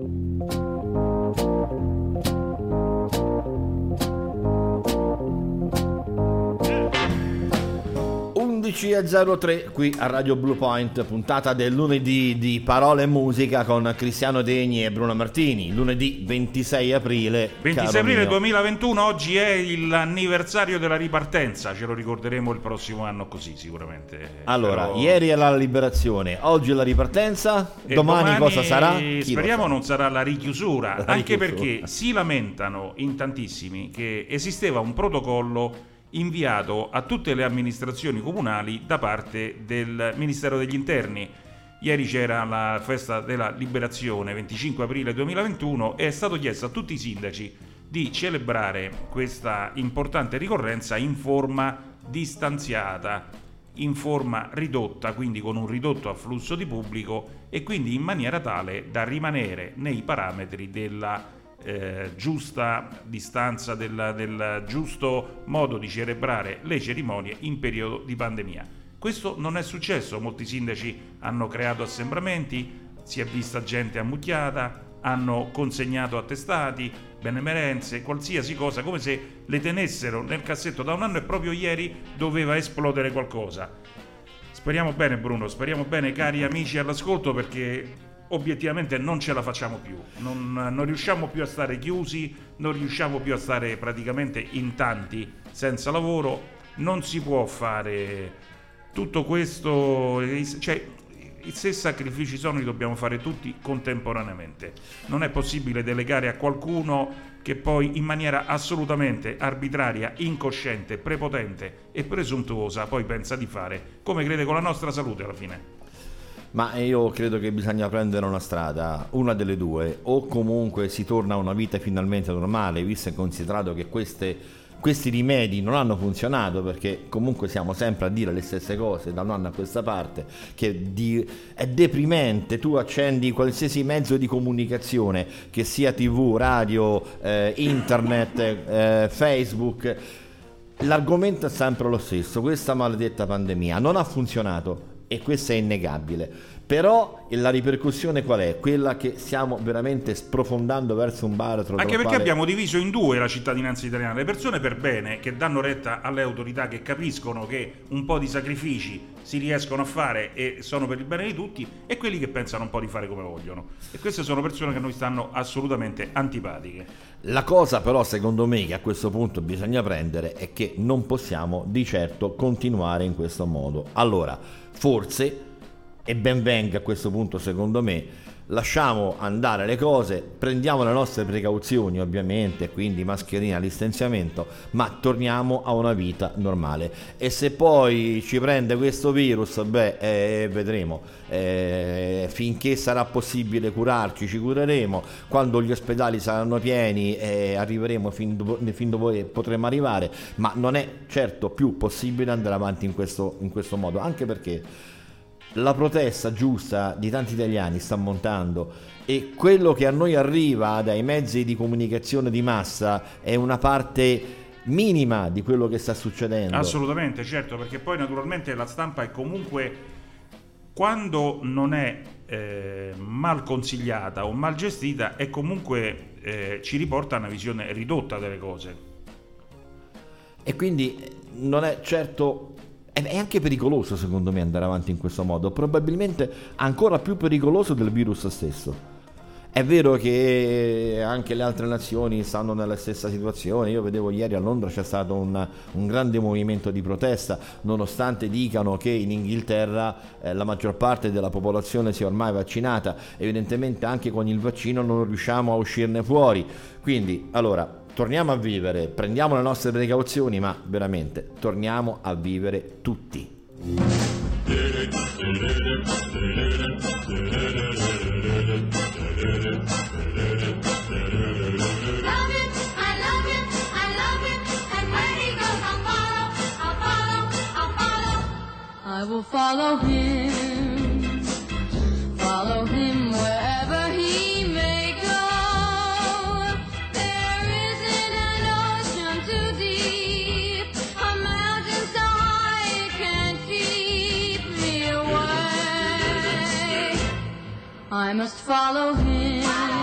undici e zero tre qui a Radio Blue Point, puntata del lunedì di Parole e Musica con Cristiano Degni e Bruno Martini. Lunedì ventisei aprile. ventisei aprile duemilaventuno, oggi è l'anniversario della ripartenza, ce lo ricorderemo il prossimo anno così sicuramente. Allora, Però... ieri era la liberazione, oggi è la ripartenza, domani, domani cosa sarà? Chi speriamo sa? Non sarà la richiusura, la anche richiusura. Perché si lamentano in tantissimi che esisteva un protocollo inviato a tutte le amministrazioni comunali da parte del Ministero degli Interni. Ieri c'era la festa della liberazione, venticinque aprile duemilaventuno, e è stato chiesto a tutti i sindaci di celebrare questa importante ricorrenza in forma distanziata, in forma ridotta, quindi con un ridotto afflusso di pubblico e quindi in maniera tale da rimanere nei parametri della Eh, giusta distanza, del, del giusto modo di celebrare le cerimonie in periodo di pandemia. Questo non è successo, molti sindaci hanno creato assembramenti, si è vista gente ammucchiata, hanno consegnato attestati, benemerenze, qualsiasi cosa, come se le tenessero nel cassetto da un anno e proprio ieri doveva esplodere qualcosa. Speriamo bene, Bruno, speriamo bene, cari amici all'ascolto, perché obiettivamente non ce la facciamo più, non, non riusciamo più a stare chiusi, non riusciamo più a stare praticamente in tanti senza lavoro, non si può fare tutto questo, cioè se sacrifici sono li dobbiamo fare tutti contemporaneamente, non è possibile delegare a qualcuno che poi in maniera assolutamente arbitraria, incosciente, prepotente e presuntuosa poi pensa di fare come crede con la nostra salute alla fine. Ma io credo che bisogna prendere una strada, una delle due, o comunque si torna a una vita finalmente normale, visto e considerato che queste, questi rimedi non hanno funzionato, perché comunque siamo sempre a dire le stesse cose da un anno a questa parte, che di, è deprimente. Tu accendi qualsiasi mezzo di comunicazione, che sia tv, radio, eh, internet, eh, Facebook, l'argomento è sempre lo stesso: questa maledetta pandemia non ha funzionato. E questo è innegabile, però la ripercussione qual è? Quella che stiamo veramente sprofondando verso un baratro, anche perché quale... abbiamo diviso in due la cittadinanza italiana: le persone per bene che danno retta alle autorità, che capiscono che un po' di sacrifici si riescono a fare e sono per il bene di tutti, e quelli che pensano un po' di fare come vogliono, e queste sono persone che a noi stanno assolutamente antipatiche. La cosa però secondo me che a questo punto bisogna prendere è che non possiamo di certo continuare in questo modo. Allora, forse, e ben venga a questo punto secondo me, lasciamo andare le cose, prendiamo le nostre precauzioni ovviamente, quindi mascherina, distanziamento, ma torniamo a una vita normale. E se poi ci prende questo virus, beh, eh, vedremo, eh, finché sarà possibile curarci ci cureremo, quando gli ospedali saranno pieni eh, arriveremo fin dove, fin dove potremo arrivare, ma non è certo più possibile andare avanti in questo, in questo modo, anche perché la protesta giusta di tanti italiani sta montando, e quello che a noi arriva dai mezzi di comunicazione di massa è una parte minima di quello che sta succedendo. Assolutamente, certo, perché poi naturalmente la stampa è comunque, quando non è eh, mal consigliata o mal gestita, è comunque eh, ci riporta a una visione ridotta delle cose. E quindi non è certo... È anche pericoloso secondo me andare avanti in questo modo, probabilmente ancora più pericoloso del virus stesso. È vero che anche le altre nazioni stanno nella stessa situazione. Io vedevo ieri a Londra c'è stato un, un grande movimento di protesta, nonostante dicano che in Inghilterra eh, la maggior parte della popolazione sia ormai vaccinata. Evidentemente anche con il vaccino non riusciamo a uscirne fuori. Quindi, allora, torniamo a vivere, prendiamo le nostre precauzioni, ma veramente torniamo a vivere tutti. I will follow him, follow him wherever he may go. There isn't an ocean too deep, a mountain so high it can't keep me away. I must follow him.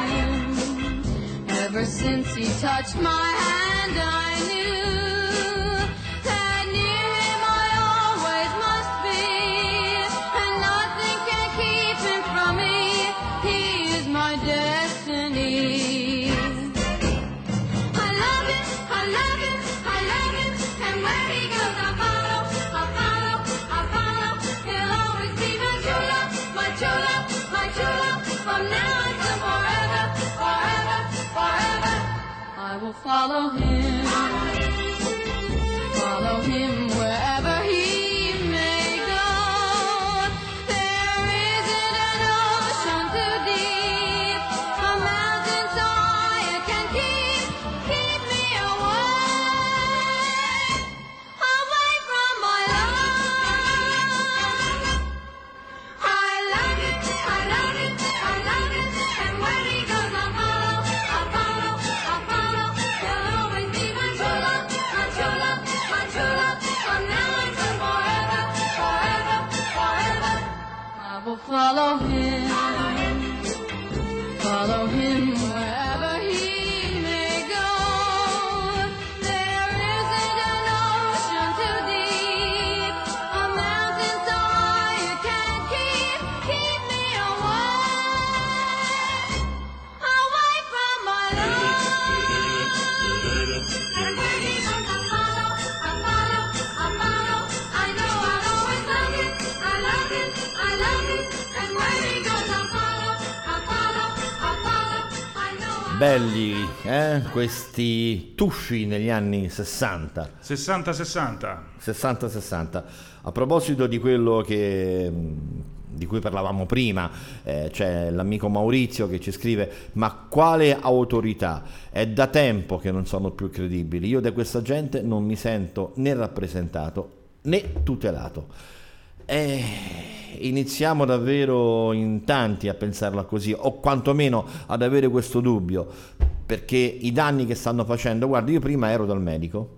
Ever since he touched my hand, I knew that near him I always must be, and nothing can keep him from me. He is my destiny. I love him, I love him, I love him, and where he goes I follow, I follow, I follow. He'll always be my true love, my true love, my true love, from now until forever, forever, forever. I will follow him, follow him wherever he may go. There isn't an ocean too deep, a mountain so high it can keep, keep me away, away from my love. I love it, I love it, I love it, and where he goes I follow, I follow, I follow. He'll always be my true love, my true love, my true love, from now until forever, forever, forever. I will follow him, follow him wherever he may go. There isn't an ocean too deep, a mountain so high it can't keep, keep me away, away from my love. And where he goes I follow, I follow, I follow. I know I'll always love him, I love him, I love him. And where he goes I follow, I follow, I follow. I know I'll Belli, eh? Questi tuffi negli anni sessanta. sessanta sessanta. sessanta sessanta. A proposito di quello che di cui parlavamo prima, eh, c'è l'amico Maurizio che ci scrive: ma quale autorità? È da tempo che non sono più credibili. Io da questa gente non mi sento né rappresentato né tutelato. Eh, iniziamo davvero in tanti a pensarla così, o quantomeno ad avere questo dubbio, perché i danni che stanno facendo, guarda, io prima ero dal medico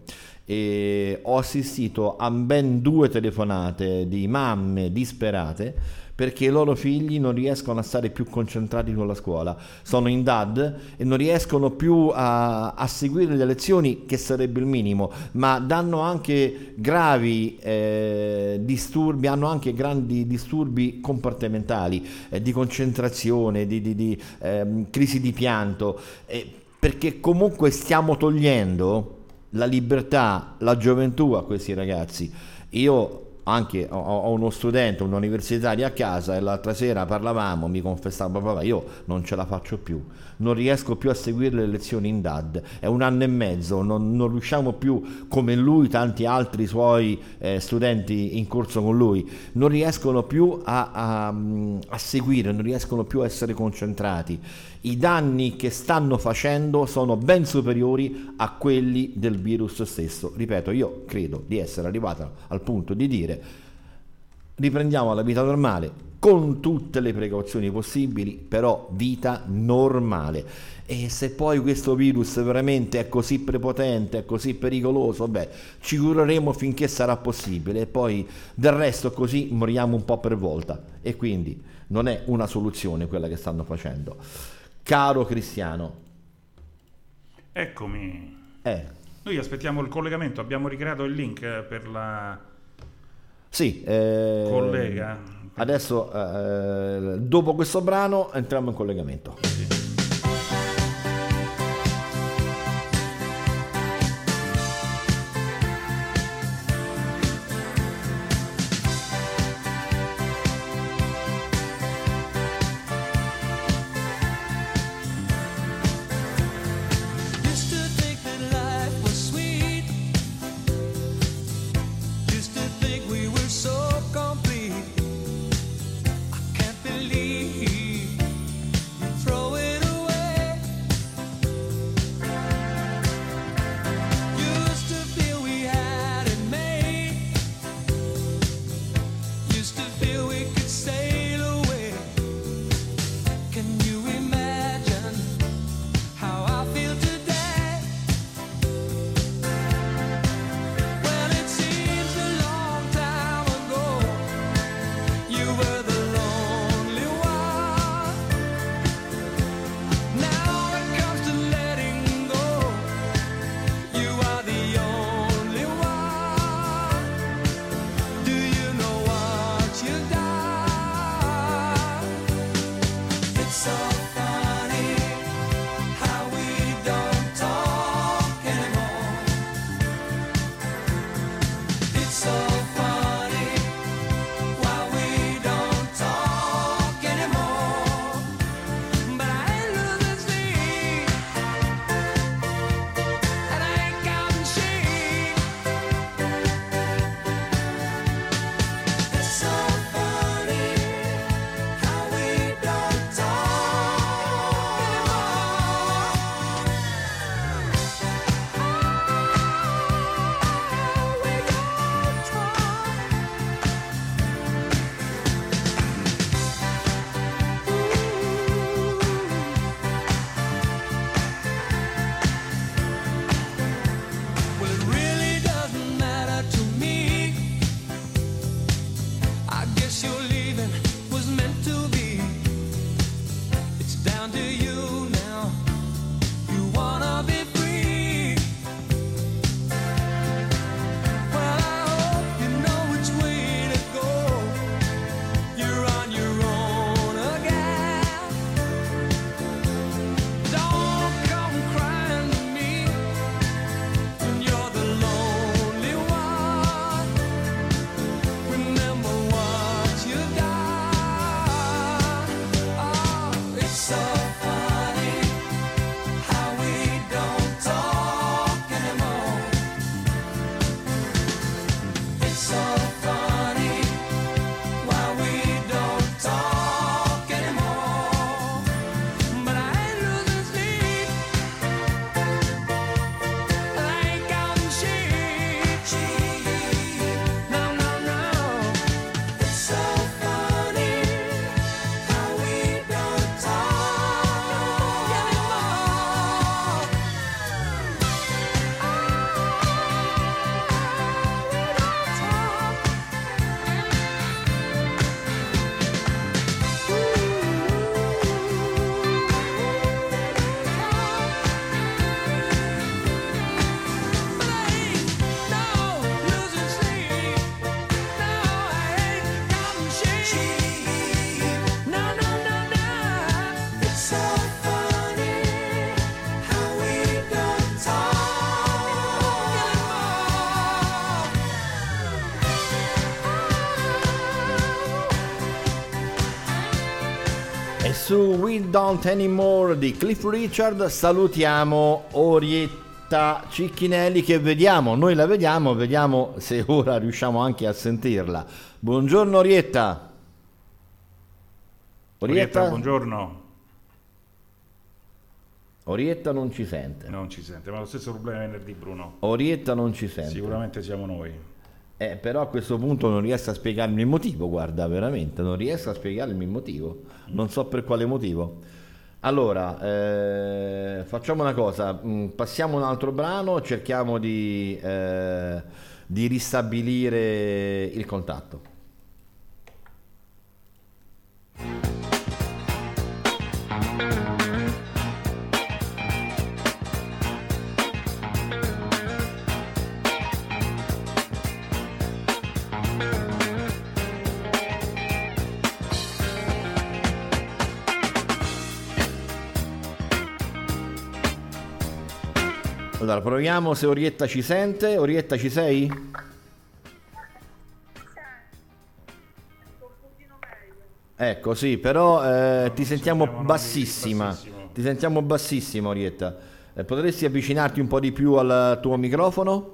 e ho assistito a ben due telefonate di mamme disperate perché i loro figli non riescono a stare più concentrati con la scuola, sono in D A D e non riescono più a, a seguire le lezioni, che sarebbe il minimo, ma danno anche gravi eh, disturbi, hanno anche grandi disturbi comportamentali, eh, di concentrazione, di, di, di eh, crisi di pianto, eh, perché comunque stiamo togliendo la libertà, la gioventù a questi ragazzi. Io anche ho, ho uno studente, un universitario a casa, e l'altra sera parlavamo, mi confessava: papà, io non ce la faccio più, non riesco più a seguire le lezioni in D A D, è un anno e mezzo, non, non riusciamo più, come lui, tanti altri suoi eh, studenti in corso con lui, non riescono più a, a, a seguire, non riescono più a essere concentrati. I danni che stanno facendo sono ben superiori a quelli del virus stesso. Ripeto, io credo di essere arrivato al punto di dire: riprendiamo la vita normale con tutte le precauzioni possibili, però vita normale. E se poi questo virus veramente è così prepotente, è così pericoloso, beh, ci cureremo finché sarà possibile, e poi del resto così moriamo un po' per volta, e quindi non è una soluzione quella che stanno facendo. Caro Cristiano, eccomi. Eh. Noi aspettiamo il collegamento, abbiamo ricreato il link per la sì, eh, collega. Adesso, eh, dopo questo brano, entriamo in collegamento. Sì. Used to think that su We Don't Anymore di Cliff Richard. Salutiamo Orietta Cicchinelli che vediamo, noi la vediamo, vediamo se ora riusciamo anche a sentirla. Buongiorno Orietta. Orietta, Orietta buongiorno. Orietta non ci sente. Non ci sente, ma lo stesso problema venerdì, Bruno. Orietta non ci sente. Sicuramente siamo noi. Eh, però a questo punto non riesco a spiegarmi il motivo, guarda, veramente, non riesco a spiegarmi il motivo, non so per quale motivo. Allora, eh, facciamo una cosa, mh, passiamo un altro brano, cerchiamo di, eh, di ristabilire il contatto. Allora, proviamo se Orietta ci sente. Orietta, ci sei? Ecco, sì, però eh, ti sentiamo bassissima. Bassissimo. Ti sentiamo bassissima, Orietta. Eh, potresti avvicinarti un po' di più al tuo microfono?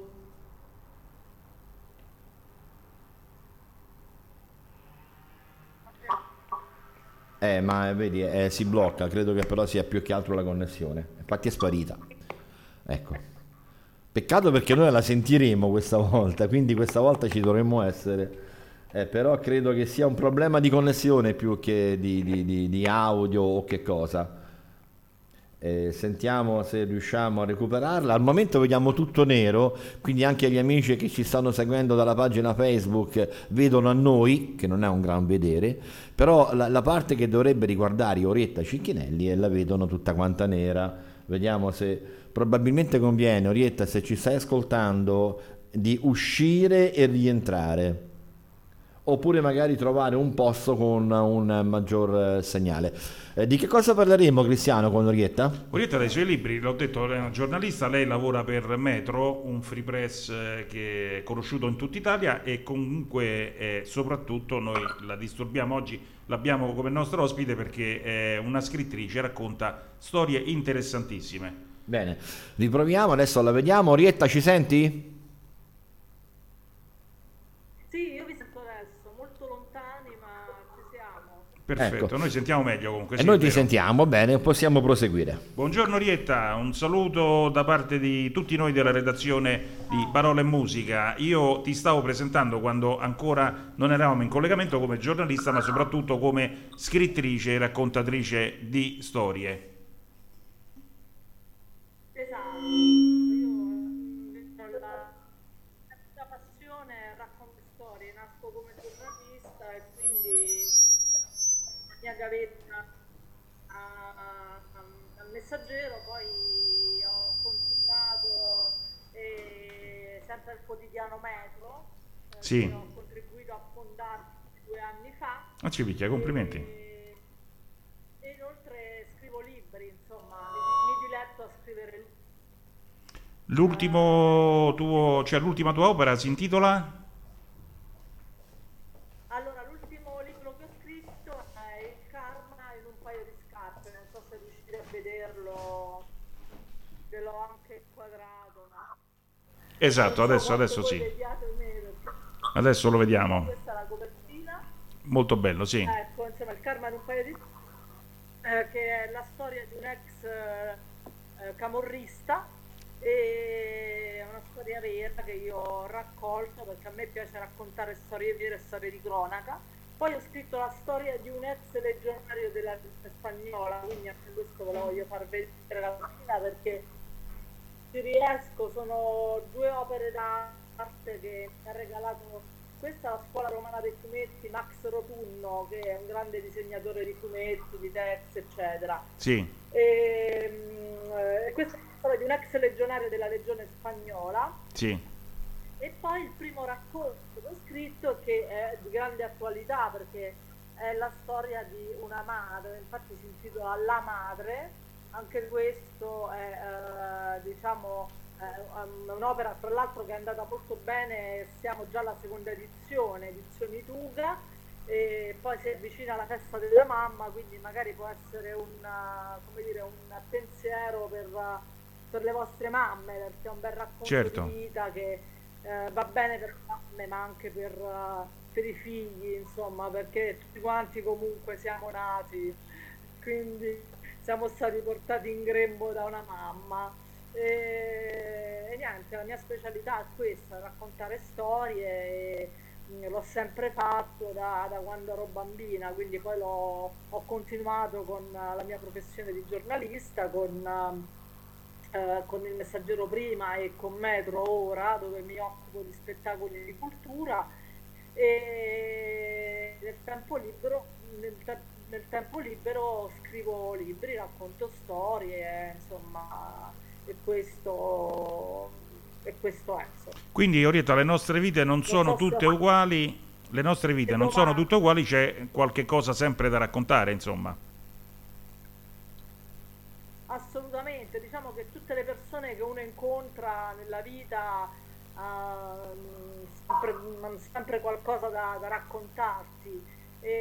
Eh, ma vedi, eh, si blocca. Credo che però sia più che altro la connessione. Infatti è sparita. Ecco, peccato perché noi la sentiremo questa volta, quindi questa volta ci dovremmo essere, eh, però credo che sia un problema di connessione più che di, di, di, di audio o che cosa. Eh, sentiamo se riusciamo a recuperarla. Al momento vediamo tutto nero, quindi anche gli amici che ci stanno seguendo dalla pagina Facebook vedono a noi, che non è un gran vedere, però la, la parte che dovrebbe riguardare Orietta Cicchinelli e la vedono tutta quanta nera. Vediamo se probabilmente conviene, Orietta, se ci stai ascoltando, di uscire e rientrare, oppure magari trovare un posto con un maggior segnale. Eh, di che cosa parleremo, Cristiano, con Orietta? Orietta dai suoi libri, l'ho detto, lei è una giornalista, lei lavora per Metro, un free press che è conosciuto in tutta Italia e comunque eh, soprattutto noi la disturbiamo oggi, l'abbiamo come nostra ospite perché è una scrittrice, racconta storie interessantissime. Bene, riproviamo, adesso la vediamo. Orietta, ci senti? Sì, io vi sento adesso, molto lontani, ma ci siamo. Perfetto, Ecco. Noi sentiamo meglio comunque. E sì, noi è ti vero. sentiamo, bene, possiamo proseguire. Buongiorno Orietta, un saluto da parte di tutti noi della redazione di Parola e Musica. Io ti stavo presentando quando ancora non eravamo in collegamento come giornalista, ma soprattutto come scrittrice e raccontatrice di storie. Esatto, io ho la, la passione racconto storie, nasco come giornalista e quindi la mia gavetta a, a, a Messaggero, poi ho continuato eh, sempre al quotidiano Metro, eh, Sì. che ho contribuito a fondare due anni fa. Ah, ci picchia, complimenti. E, e inoltre scrivo libri, insomma, mi, mi diletto a scrivere libri. L'ultimo tuo, cioè l'ultima tua opera si intitola? Allora, l'ultimo libro che ho scritto è Il karma in un paio di scarpe, non so se riuscite a vederlo, ve l'ho anche inquadrato. Ma... Esatto, non so adesso, adesso quanto sì. voi vediate me, perché Adesso lo vediamo. questa è la copertina. Molto bello, sì. Ecco, insomma, Il karma in un paio di eh, che è la storia di un ex eh, eh, camorrista. E è una storia vera che io ho raccolto perché a me piace raccontare storie vere e storie di cronaca. Poi ho scritto la storia di un ex legionario della Legione spagnola, quindi anche questo ve lo voglio far vedere la mattina perché ci riesco, sono due opere d'arte che mi ha regalato questa è la scuola romana dei fumetti, Max Rotunno, che è un grande disegnatore di fumetti, di text, eccetera. Sì. E, e questa è la storia di un ex legionario della Legione spagnola. Sì. E poi il primo racconto che ho scritto, che è di grande attualità perché è la storia di una madre, infatti si intitola La Madre. Anche questo è eh, diciamo eh, un'opera tra l'altro che è andata molto bene, siamo già alla seconda edizione, edizioni Tuga, e poi si avvicina la festa della mamma, quindi magari può essere un, come dire, un pensiero per, per le vostre mamme, perché è un bel racconto Certo. di vita che eh, va bene per le mamme ma anche per, uh, per i figli, insomma, perché tutti quanti comunque siamo nati, quindi siamo stati portati in grembo da una mamma. E, e niente, la mia specialità è questa, raccontare storie, e mh, l'ho sempre fatto da, da quando ero bambina, quindi poi l'ho, ho continuato con uh, la mia professione di giornalista, con, uh, uh, con Il Messaggero prima e con Metro ora, dove mi occupo di spettacoli e di cultura, e nel tempo libero, nel, te- nel tempo libero scrivo libri, racconto storie, insomma, e questo, e questo è. Insomma. Quindi Orietta, le nostre vite non sono so se- tutte uguali, le nostre vite Che non sono domanda. tutte uguali, c'è qualche cosa sempre da raccontare, insomma. Assolutamente, diciamo che tutte le persone che uno incontra nella vita hanno sempre, hanno sempre qualcosa da, da raccontarti,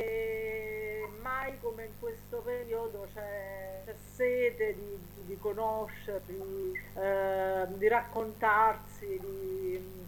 e mai come in questo periodo c'è, c'è sete di, di, di conoscerli, eh, di raccontarsi, di,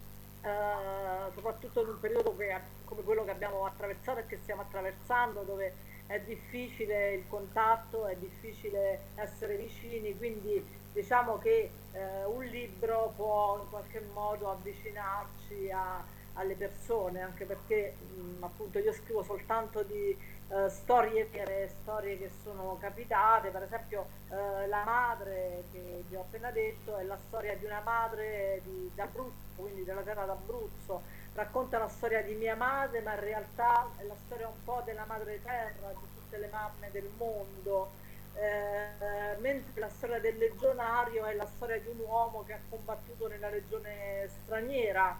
eh, soprattutto in un periodo che, come quello che abbiamo attraversato e che stiamo attraversando, dove è difficile il contatto, è difficile essere vicini, quindi diciamo che eh, un libro può in qualche modo avvicinarci a, alle persone, anche perché mh, appunto io scrivo soltanto di eh, storie vere, storie che sono capitate. Per esempio eh, La madre che vi ho appena detto è la storia di una madre di, d'Abruzzo, quindi della terra d'Abruzzo. Racconta la storia di mia madre, ma in realtà è la storia un po' della madre terra, di tutte le mamme del mondo, eh, mentre la storia del legionario è la storia di un uomo che ha combattuto nella legione straniera,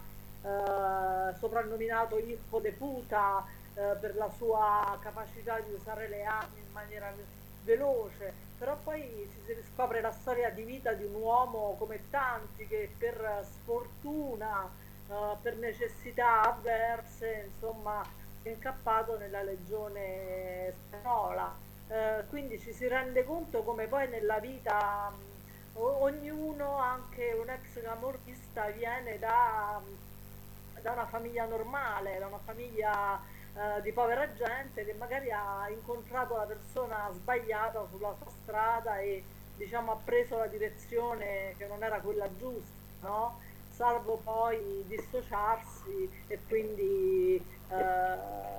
eh, soprannominato Hirpo de Puta, eh, per la sua capacità di usare le armi in maniera veloce. Però poi si riscopre la storia di vita di un uomo come tanti che per sfortuna, Uh, per necessità avverse, insomma, è incappato nella legione spagnola. Uh, quindi ci si rende conto come poi nella vita um, ognuno, anche un ex camorrista, viene da, da una famiglia normale, da una famiglia uh, di povera gente che magari ha incontrato la persona sbagliata sulla sua strada e, diciamo, ha preso la direzione che non era quella giusta, no? Salvo poi dissociarsi e quindi eh,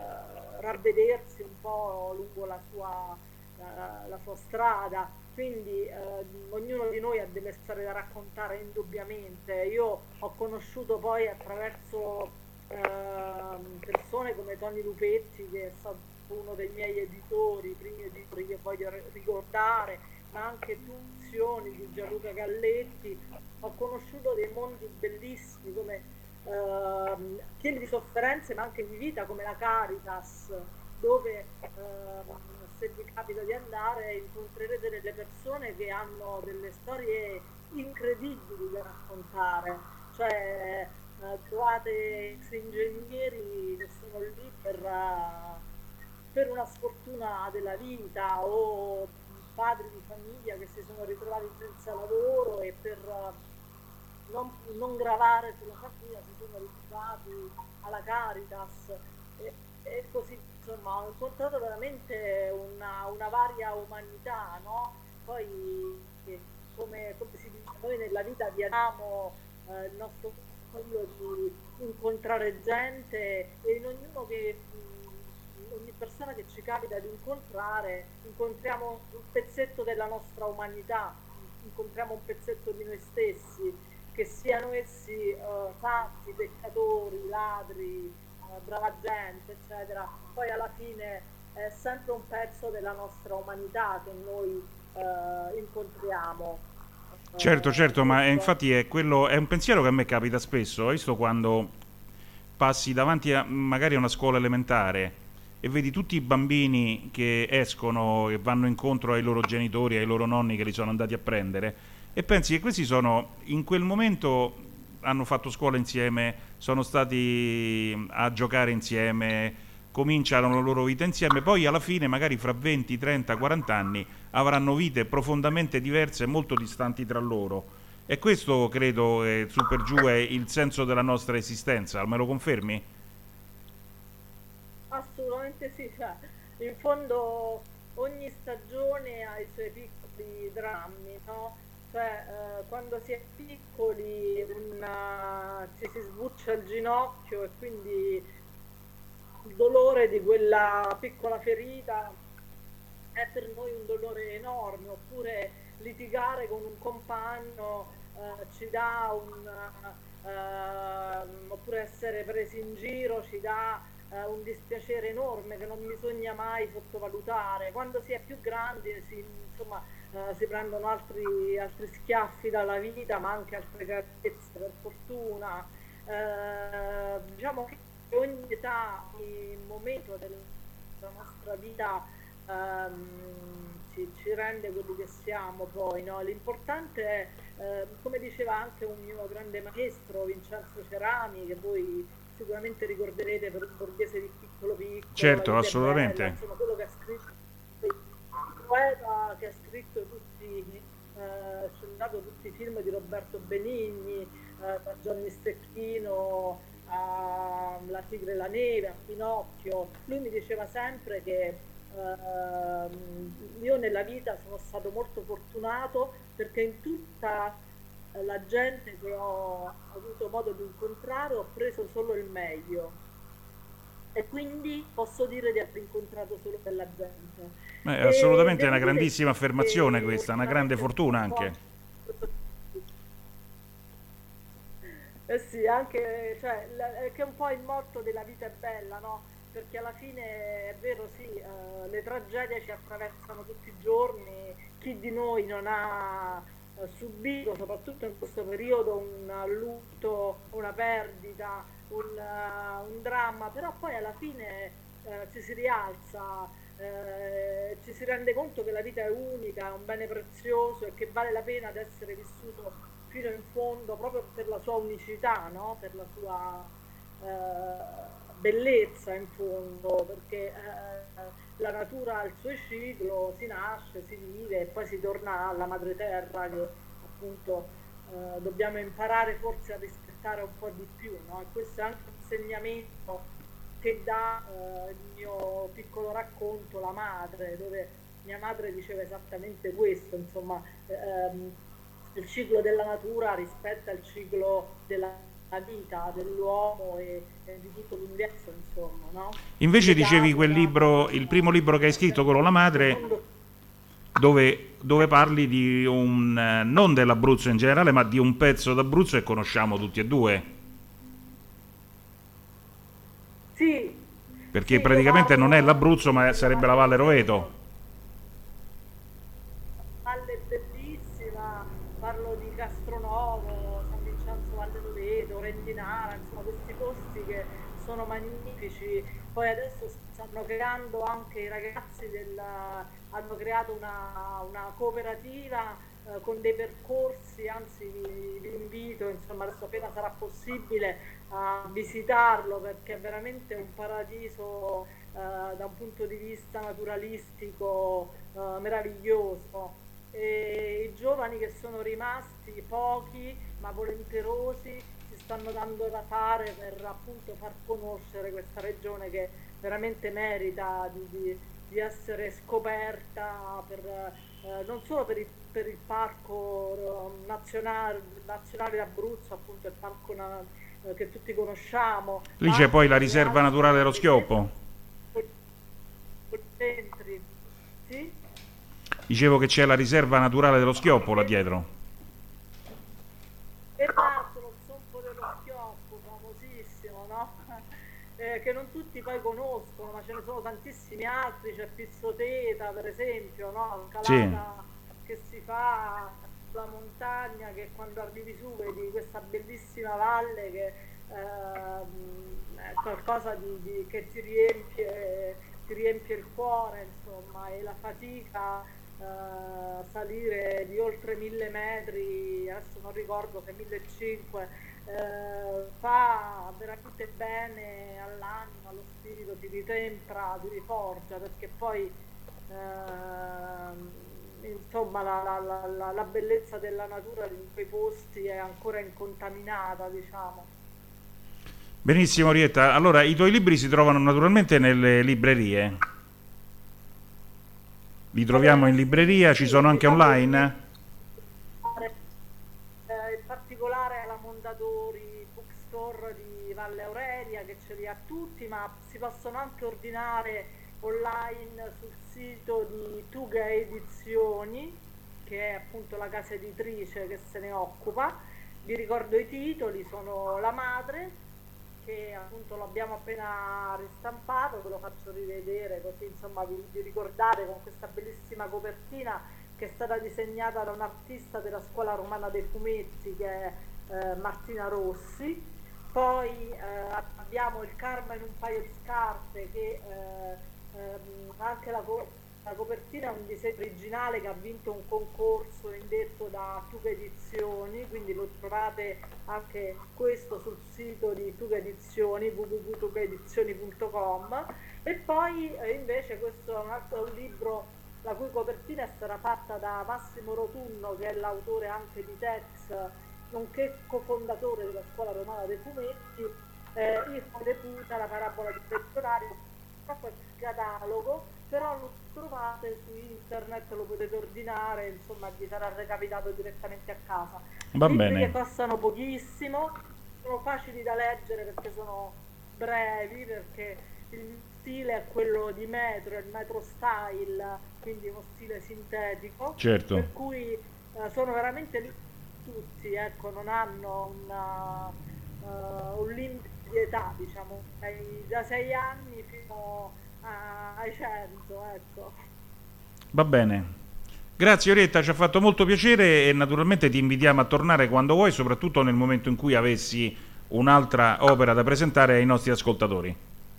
ravvedersi un po' lungo la sua, la, la sua strada. Quindi eh, ognuno di noi ha delle storie da raccontare indubbiamente. Io ho conosciuto poi attraverso eh, persone come Tony Lupetti, che è stato uno dei miei editori, i primi editori che voglio ricordare, ma anche Tuzioni di Gianluca Galletti. Ho conosciuto dei mondi bellissimi, come ehm, pieni di sofferenze ma anche di vita, come la Caritas, dove ehm, se vi capita di andare incontrerete delle persone che hanno delle storie incredibili da raccontare. Cioè eh, trovate ex ingegneri che sono lì per, uh, per una sfortuna della vita, o padri di famiglia che si sono ritrovati senza lavoro e per uh, non, non gravare sulla famiglia si sono ritrovati alla Caritas, e, e così, insomma, ho incontrato veramente una, una varia umanità, no? Poi eh, come, come si dice, noi nella vita viviamo eh, il nostro quello di incontrare gente, e in ognuno che mh, ogni persona che ci capita di incontrare incontriamo un pezzetto della nostra umanità, incontriamo un pezzetto di noi stessi, che siano essi uh, santi, peccatori, ladri, uh, brava gente, eccetera. Poi alla fine è sempre un pezzo della nostra umanità che noi uh, incontriamo. Certo, certo, ma è, infatti è, quello, è un pensiero che a me capita spesso. Hai visto quando passi davanti a magari a una scuola elementare e vedi tutti i bambini che escono e vanno incontro ai loro genitori, ai loro nonni che li sono andati a prendere, e pensi che questi sono, in quel momento hanno fatto scuola insieme, sono stati a giocare insieme, cominciano la loro vita insieme, poi alla fine magari fra venti, trenta, quaranta anni avranno vite profondamente diverse e molto distanti tra loro. E questo credo, eh, su per giù, è il senso della nostra esistenza. Me lo confermi? Assolutamente sì, cioè, in fondo ogni stagione ha i suoi piccoli drammi, no? Cioè, eh, quando si è piccoli una... ci si sbuccia il ginocchio e quindi il dolore di quella piccola ferita è per noi un dolore enorme, oppure litigare con un compagno eh, ci dà un... Uh, oppure essere presi in giro ci dà uh, un dispiacere enorme che non bisogna mai sottovalutare. Quando si è più grandi si, insomma, uh, si prendono altri, altri schiaffi dalla vita, ma anche altre carezze, per fortuna. Uh, diciamo che ogni età, ogni momento della nostra vita um, ci, ci rende quelli che siamo poi, no? L'importante è, eh, come diceva anche un mio grande maestro, Vincenzo Cerami, che voi sicuramente ricorderete per un borghese di piccolo piccolo. Certo, assolutamente. Bella, insomma, quello che ha scritto, il poeta che ha scritto tutti, eh, ci ha dato tutti i film di Roberto Benigni, eh, da Gianni Stecchino a La Tigre e la Neve, a Pinocchio. Lui mi diceva sempre che Uh, io nella vita sono stato molto fortunato perché in tutta la gente che ho avuto modo di incontrare ho preso solo il meglio e quindi posso dire di aver incontrato solo quella gente. Beh, assolutamente è una dire grandissima affermazione che questa, una grande fortuna anche. Eh sì, anche, cioè, la- è che un po' il motto della vita è bella, no? Perché alla fine è vero, sì, eh, le tragedie ci attraversano tutti i giorni, chi di noi non ha eh, subito, soprattutto in questo periodo, un lutto, una perdita, un, eh, un dramma, però poi alla fine eh, ci si rialza, eh, ci si rende conto che la vita è unica, è un bene prezioso e che vale la pena di essere vissuto fino in fondo proprio per la sua unicità, no? Per la sua... eh, bellezza in fondo, perché eh, la natura ha il suo ciclo, si nasce, si vive e poi si torna alla madre terra che appunto eh, dobbiamo imparare forse a rispettare un po' di più, no? E questo è anche un insegnamento che dà eh, il mio piccolo racconto La madre, dove mia madre diceva esattamente questo, insomma, ehm, il ciclo della natura rispetta il ciclo della la vita dell'uomo e, e di tutto l'universo, insomma, no? Invece Legata- dicevi quel libro, il primo libro che hai scritto, quello La madre, dove, dove parli di un, eh, non dell'Abruzzo in generale, ma di un pezzo d'Abruzzo che conosciamo tutti e due, Sì, perché sì, praticamente io non è parlo- l'Abruzzo, ma sarebbe la Valle Roveto. Valle bellissima, parlo di Castronovo, San Vincenzo Valle Roveto, Rendinara, insomma questi posti che sono magnifici. Poi adesso stanno creando anche i ragazzi del, hanno creato una, una cooperativa eh, con dei percorsi, anzi vi, vi invito, insomma adesso appena sarà possibile a visitarlo perché è veramente un paradiso eh, da un punto di vista naturalistico eh, meraviglioso. E i giovani che sono rimasti, pochi ma volenterosi, si stanno dando da fare per appunto far conoscere questa regione che veramente merita di, di- di essere scoperta per, eh, non solo per il, per il parco eh, nazionale, nazionale d'Abruzzo, appunto il parco na- eh, che tutti conosciamo. Lì ma c'è poi la anche riserva altri naturale dello Schioppo. centri. Sì? Dicevo che c'è la riserva naturale dello Schioppo là dietro. Esatto, lo zoppo dello Schioppo, famosissimo, no? Eh, che non tutti poi conoscono, ma ce ne sono tantissimi altri, c'è Pizzoteta per esempio, no? Scalata che si fa sulla montagna, che quando arrivi su vedi questa bellissima valle che ehm, è qualcosa di, di- che ti riempie, ti riempie il cuore, insomma, e la fatica eh, salire di oltre mille metri, adesso non ricordo se millecinquecento, eh, fa veramente bene all'anima, allo spirito, ti ritempra, ti riforgia, perché poi eh, insomma la, la, la, la bellezza della natura in quei posti è ancora incontaminata, diciamo. Benissimo Orietta, allora i tuoi libri si trovano naturalmente nelle librerie? Li troviamo in libreria, ci sono anche online? Eh, in particolare alla Mondadori Bookstore di Valle Aurelia, che ce li ha tutti, ma si possono anche ordinare online sul sito di Tuga Edizioni, che è appunto la casa editrice che se ne occupa. Vi ricordo i titoli: sono La Madre, che appunto l'abbiamo appena ristampato, ve lo faccio rivedere così insomma vi, vi ricordate, con questa bellissima copertina che è stata disegnata da un artista della Scuola Romana dei Fumetti, che è eh, Martina Rossi. Poi eh, abbiamo Il Karma in un paio di scarpe, che eh, ehm, anche la, co la copertina è un disegno originale che ha vinto un concorso indetto da Tuga Edizioni, quindi lo trovate anche questo sul sito di Tuga Edizioni, w w w punto tuga edizioni punto com. E poi eh, invece questo è un altro un libro la cui copertina è stata fatta da Massimo Rotunno, che è l'autore anche di Tex, nonché cofondatore della Scuola Romana dei Fumetti, eh, Irma de Puta, la parabola di Pettonario. Purtroppo è il catalogo, però lo trovate su internet, lo potete ordinare, insomma vi sarà recapitato direttamente a casa. Va Libri bene. che costano pochissimo, sono facili da leggere perché sono brevi, perché il stile è quello di Metro, il Metro Style, quindi uno stile sintetico, Certo. per cui eh, sono veramente libri tutti, ecco, non hanno una, uh, un limite di età, diciamo, dai, da sei anni fino a, ai cento, ecco. Va bene. Grazie Orietta, ci ha fatto molto piacere e naturalmente ti invitiamo a tornare quando vuoi, soprattutto nel momento in cui avessi un'altra opera da presentare ai nostri ascoltatori.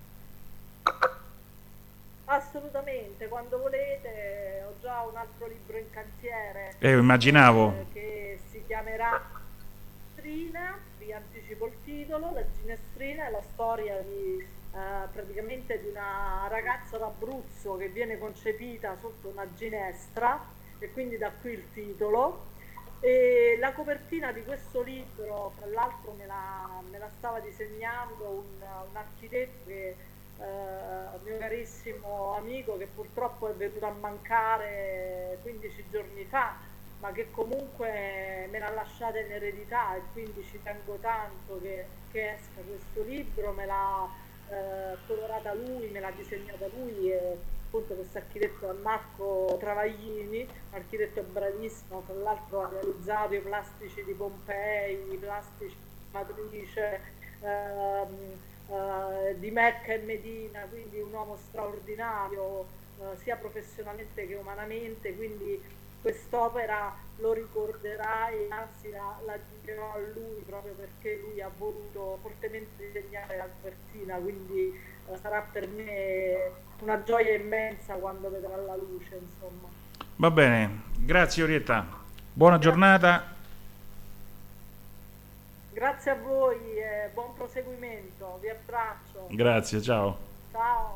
Assolutamente, quando volete. Ho già un altro libro in cantiere, Eh, immaginavo. eh, che si chiamerà Ginestrina, vi anticipo il titolo. La Ginestrina è la storia di eh, praticamente di una ragazza d'Abruzzo che viene concepita sotto una ginestra, e quindi da qui il titolo. E la copertina di questo libro, tra l'altro, me la, me la stava disegnando un, un architetto che Uh, mio carissimo amico, che purtroppo è venuto a mancare quindici giorni fa, ma che comunque me l'ha lasciata in eredità, e quindi ci tengo tanto che, che esca questo libro. Me l'ha uh, colorata lui, me l'ha disegnata lui, e appunto questo architetto è Marco Travaglini, un architetto bravissimo, tra l'altro ha realizzato i plastici di Pompei, i plastici di Matrice, um, Uh, di Mecca e Medina, quindi un uomo straordinario uh, sia professionalmente che umanamente, quindi quest'opera lo ricorderai, anzi la, la dedicherò a lui, proprio perché lui ha voluto fortemente disegnare la copertina, quindi uh, sarà per me una gioia immensa quando vedrà la luce, insomma. Va bene, grazie Orietta, buona giornata. Grazie a voi e buon proseguimento, vi abbraccio. Grazie, ciao. Ciao.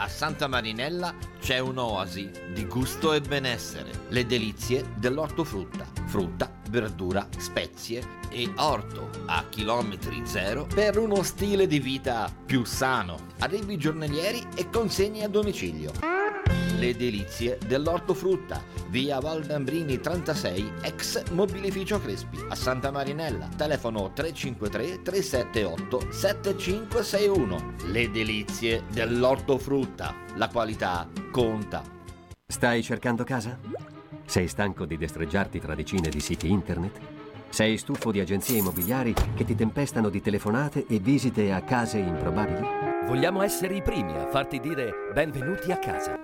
A Santa Marinella c'è un'oasi di gusto e benessere. Le delizie dell'ortofrutta. Frutta, verdura, spezie e orto a chilometri zero per uno stile di vita più sano. Arrivi giornalieri e consegni a domicilio. Le delizie dell'ortofrutta, via Valdambrini trentasei, ex mobilificio Crespi, a Santa Marinella. Telefono tre cinque tre tre sette otto sette cinque sei uno. Le delizie dell'ortofrutta, la qualità conta. Stai cercando casa? Sei stanco di destreggiarti tra decine di siti internet? Sei stufo di agenzie immobiliari che ti tempestano di telefonate e visite a case improbabili? Vogliamo essere i primi a farti dire benvenuti a casa.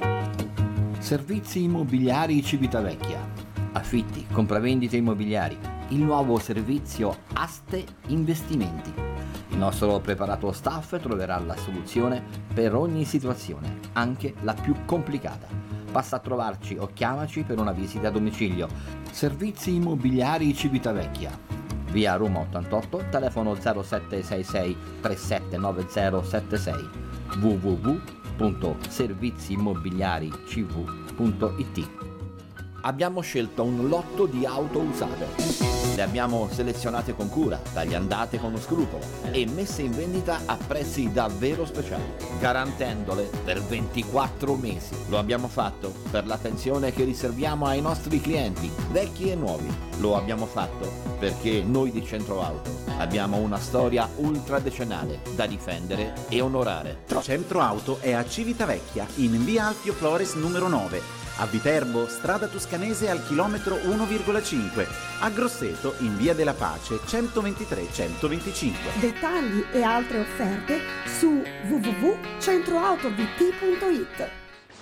Servizi immobiliari Civitavecchia. Affitti, compravendite immobiliari. Il nuovo servizio Aste Investimenti. Il nostro preparato staff troverà la soluzione per ogni situazione, anche la più complicata. Passa a trovarci o chiamaci per una visita a domicilio. Servizi immobiliari Civitavecchia. Via Roma ottantotto, telefono zero sette sei sei tre sette nove zero sette sei. w w w punto servizi immobiliari c v punto i t. Abbiamo scelto un lotto di auto usate. Le abbiamo selezionate con cura, tagliandate con scrupolo e messe in vendita a prezzi davvero speciali, garantendole per ventiquattro mesi. Lo abbiamo fatto per l'attenzione che riserviamo ai nostri clienti, vecchi e nuovi. Lo abbiamo fatto perché noi di Centro Auto abbiamo una storia ultradecennale da difendere e onorare. Centro Auto è a Civitavecchia, in via Alfio Flores numero nove. A Viterbo, strada toscanese al chilometro uno virgola cinque. A Grosseto, in via della Pace, centoventitré centoventicinque. Dettagli e altre offerte su w w w punto centroautovt punto i t.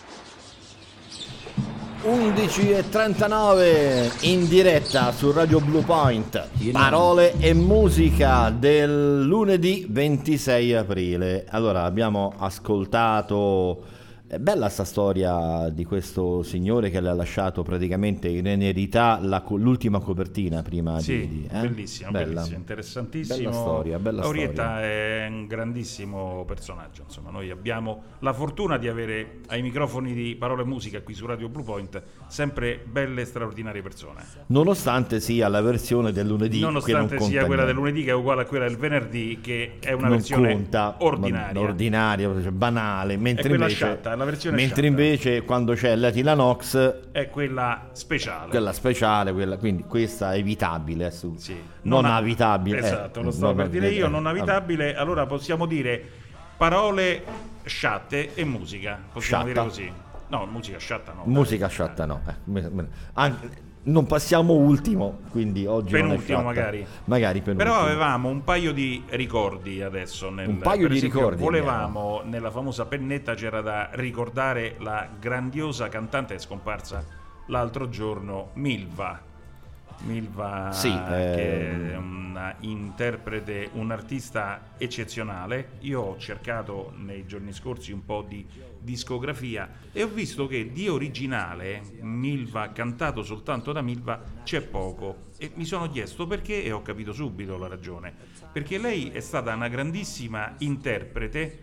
undici e trentanove in diretta su Radio Blue Point. Parole e musica del lunedì ventisei aprile. Allora, abbiamo ascoltato. È bella sta storia di questo signore che le ha lasciato praticamente in eredità la, l'ultima copertina prima sì, di... di eh? bellissimo, bella. bellissimo, interessantissimo. Bella storia, bella Laurietta storia. è un grandissimo personaggio, insomma, noi abbiamo la fortuna di avere ai microfoni di Parole e Musica qui su Radio Blue Point sempre belle e straordinarie persone. Nonostante sia la versione del lunedì, Nonostante che non sia quella niente. del lunedì che è uguale a quella del venerdì, che è una non versione conta, ordinaria. ordinaria, cioè banale, mentre quella invece, sciatta, la versione mentre sciatta. invece quando c'è l'Etilanox È quella speciale. quella speciale, quella, quindi questa è evitabile, assolut- Sì. non, Non a- avitabile. Esatto, eh, lo stavo non per dire io, eh, non vabbè. avitabile. Allora possiamo dire parole sciatte e musica. Possiamo Sciatta? dire così. No, musica sciatta no. Musica sciatta no, eh, me- me- anche- non passiamo ultimo, quindi oggi non è Penultimo sciatta. magari. Magari penultimo. Però avevamo un paio di ricordi adesso. Nel, Un paio per di esempio, ricordi Volevamo, nella famosa pennetta c'era da ricordare la grandiosa cantante che è scomparsa l'altro giorno, Milva. Milva, Sì, che ehm. è una interprete, un artista eccezionale. Io ho cercato nei giorni scorsi un po' di discografia e ho visto che di originale Milva, cantato soltanto da Milva, c'è poco e mi sono chiesto perché e ho capito subito la ragione, perché lei è stata una grandissima interprete,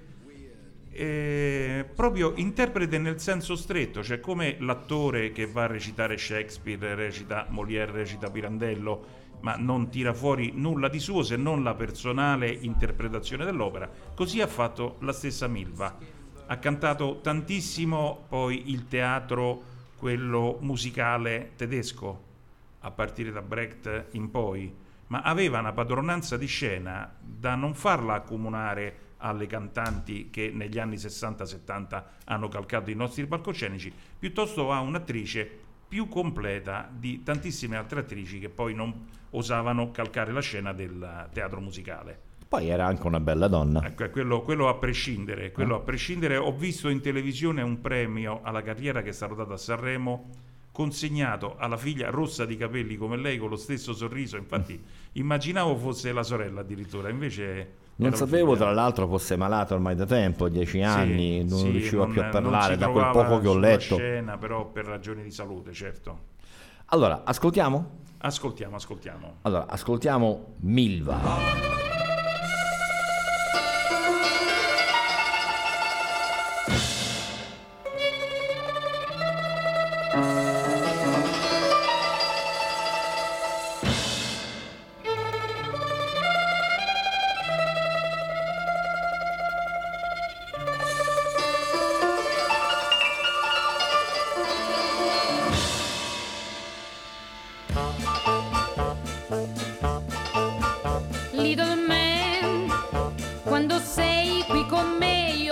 eh, proprio interprete nel senso stretto, cioè come l'attore che va a recitare Shakespeare, recita Molière, recita Pirandello, ma non tira fuori nulla di suo se non la personale interpretazione dell'opera. Così ha fatto la stessa Milva. Ha cantato tantissimo poi il teatro, quello musicale tedesco, a partire da Brecht in poi, ma aveva una padronanza di scena da non farla accomunare alle cantanti che negli anni sessanta settanta hanno calcato i nostri palcoscenici, piuttosto a un'attrice più completa di tantissime altre attrici che poi non osavano calcare la scena del teatro musicale. Poi era anche una bella donna. Ecco, quello, quello a prescindere, quello a prescindere. Ho visto in televisione un premio alla carriera che è stato dato a Sanremo, consegnato alla figlia rossa di capelli come lei, con lo stesso sorriso. Infatti immaginavo fosse la sorella addirittura, invece Non era sapevo figlia. tra l'altro fosse malato ormai da tempo, dieci anni, non sì, riuscivo non- più a non parlare si da quel trovava poco che ho sulla letto. scena, però per ragioni di salute, certo. Allora, ascoltiamo? Ascoltiamo, ascoltiamo. Allora, ascoltiamo Milva.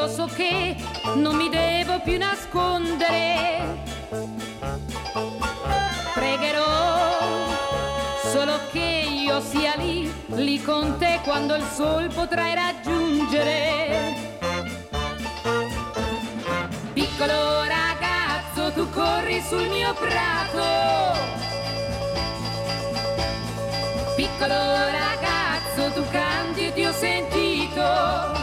io so che non mi devo più nascondere. Pregherò solo che io sia lì, lì con te quando il sol potrai raggiungere. Piccolo ragazzo, tu corri sul mio prato. Piccolo ragazzo, tu canti e ti ho sentito.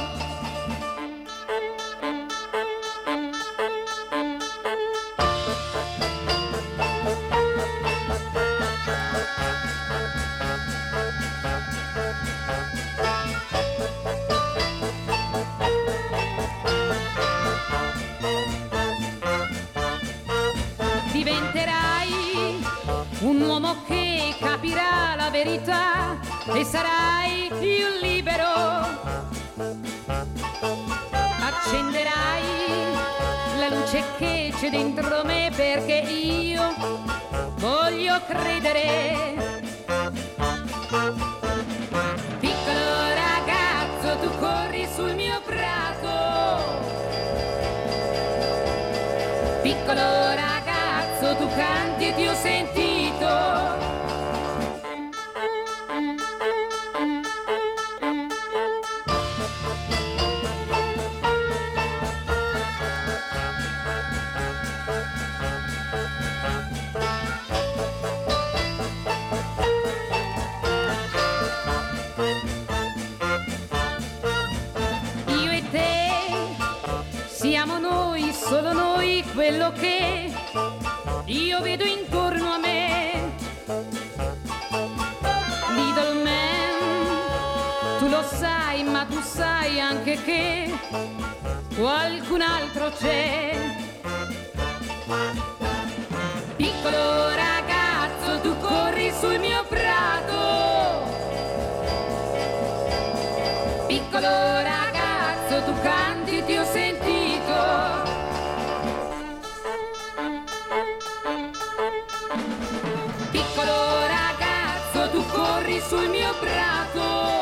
Diventerai un uomo che capirà la verità e sarai più libero. Accenderai la luce che c'è dentro me perché io voglio credere. Piccolo ragazzo, tu corri sul mio prato. Piccolo ragazzo, tu canti e ti ho sentito. Io e te siamo noi, solo noi, quello che io vedo intorno a me. Little man, tu lo sai, ma tu sai anche che qualcun altro c'è. Piccolo ragazzo, tu corri sul mio prato. Piccolo ragazzo, tu canti e ti ho sentito. Piccolo ragazzo, tu corri sul mio prato.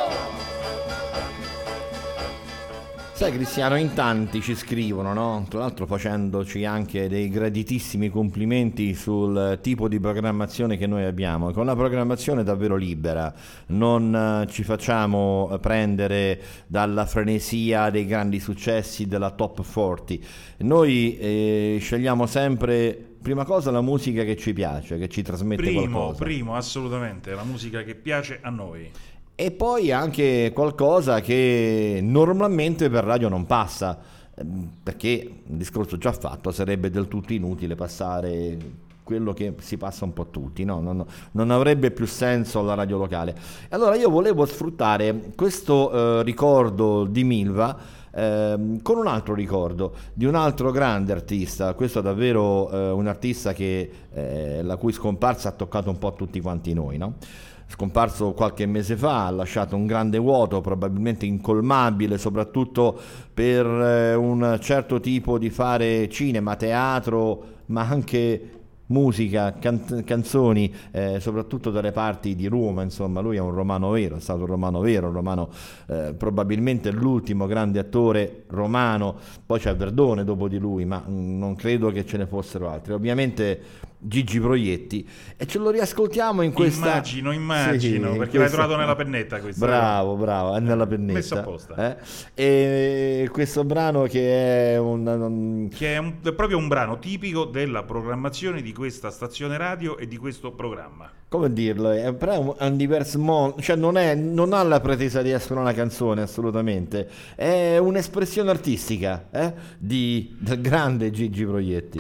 Sai Cristiano, in tanti ci scrivono, no? Tra l'altro facendoci anche dei graditissimi complimenti sul tipo di programmazione che noi abbiamo, con una programmazione davvero libera, non ci facciamo prendere dalla frenesia dei grandi successi della top quaranta. Noi eh, scegliamo sempre, prima cosa, la musica che ci piace, che ci trasmette Primo, qualcosa. primo, assolutamente, la musica che piace a noi. E poi anche qualcosa che normalmente per radio non passa, perché il discorso già fatto sarebbe del tutto inutile passare quello che si passa un po' tutti, no? non, non avrebbe più senso la radio locale. Allora io volevo sfruttare questo eh, ricordo di Milva eh, con un altro ricordo di un altro grande artista. Questo è davvero eh, un artista che eh, la cui scomparsa ha toccato un po' tutti quanti noi, no? Scomparso qualche mese fa, ha lasciato un grande vuoto probabilmente incolmabile, soprattutto per eh, un certo tipo di fare cinema, teatro, ma anche musica, can- canzoni, eh, soprattutto dalle parti di Roma. Insomma, lui è un romano vero, è stato un romano vero, un romano eh, probabilmente l'ultimo grande attore romano. Poi c'è Verdone dopo di lui, ma mh, non credo che ce ne fossero altri. Ovviamente Gigi Proietti, e ce lo riascoltiamo in questa... Immagino, immagino, sì, perché questa... l'hai trovato nella pennetta questo. Bravo, bravo, è nella pennetta. Messo apposta. Eh? E questo brano che è un... un... Che è, un, è proprio un brano tipico della programmazione di questa stazione radio e di questo programma. Come dirlo? È, però è un, è un diverso mondo, cioè non, è, non ha la pretesa di essere una canzone, assolutamente. È un'espressione artistica eh? di, del grande Gigi Proietti.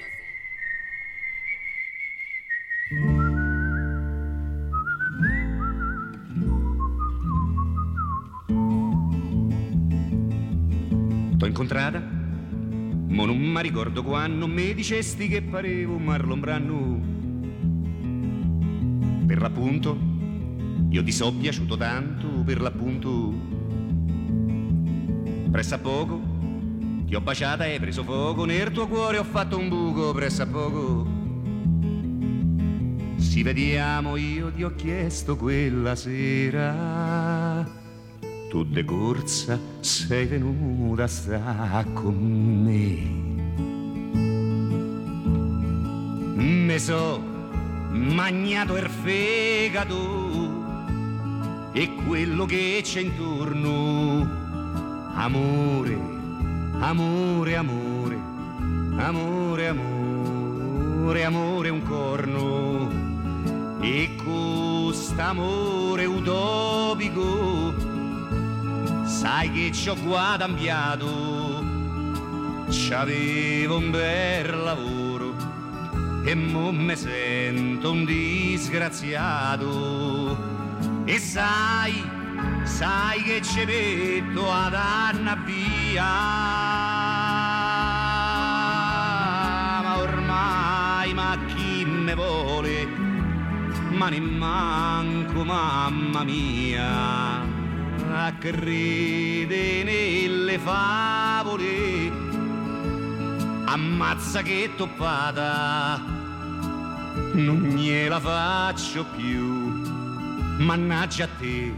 T'ho incontrata, ma non mi ricordo quando mi dicesti che parevo Marlon Brando. Per l'appunto, io ti so piaciuto tanto, per l'appunto. Presso a poco, ti ho baciata e hai preso fuoco, nel tuo cuore ho fatto un buco, presso a poco. Ci vediamo, io ti ho chiesto quella sera tu de corsa sei venuta a sta con me. Me so magnato il fegato e quello che c'è intorno, amore, amore, amore, amore, amore, amore un corno, e quest'amore utopico sai che ci ho guadagnato, c'avevo un bel lavoro e mo me sento un disgraziato, e sai, sai che ci metto ad andar via, ma ormai ma chi me vuole, ma ne manco mamma mia a credere nelle favole, ammazza che toppata non gliela faccio più, mannaggia a te.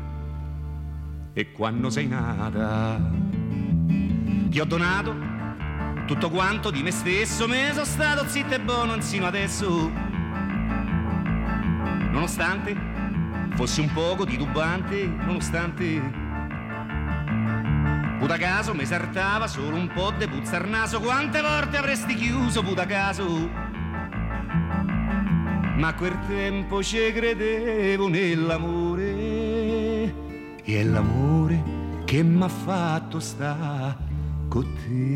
E quando sei nata ti ho donato tutto quanto di me stesso, me sono stato zitto e buono insino adesso, nonostante fossi un poco titubante, nonostante puta caso mi saltava solo un po' de puzza al naso, quante volte avresti chiuso puta caso, ma a quel tempo ci credevo nell'amore, e è l'amore che m'ha fatto sta con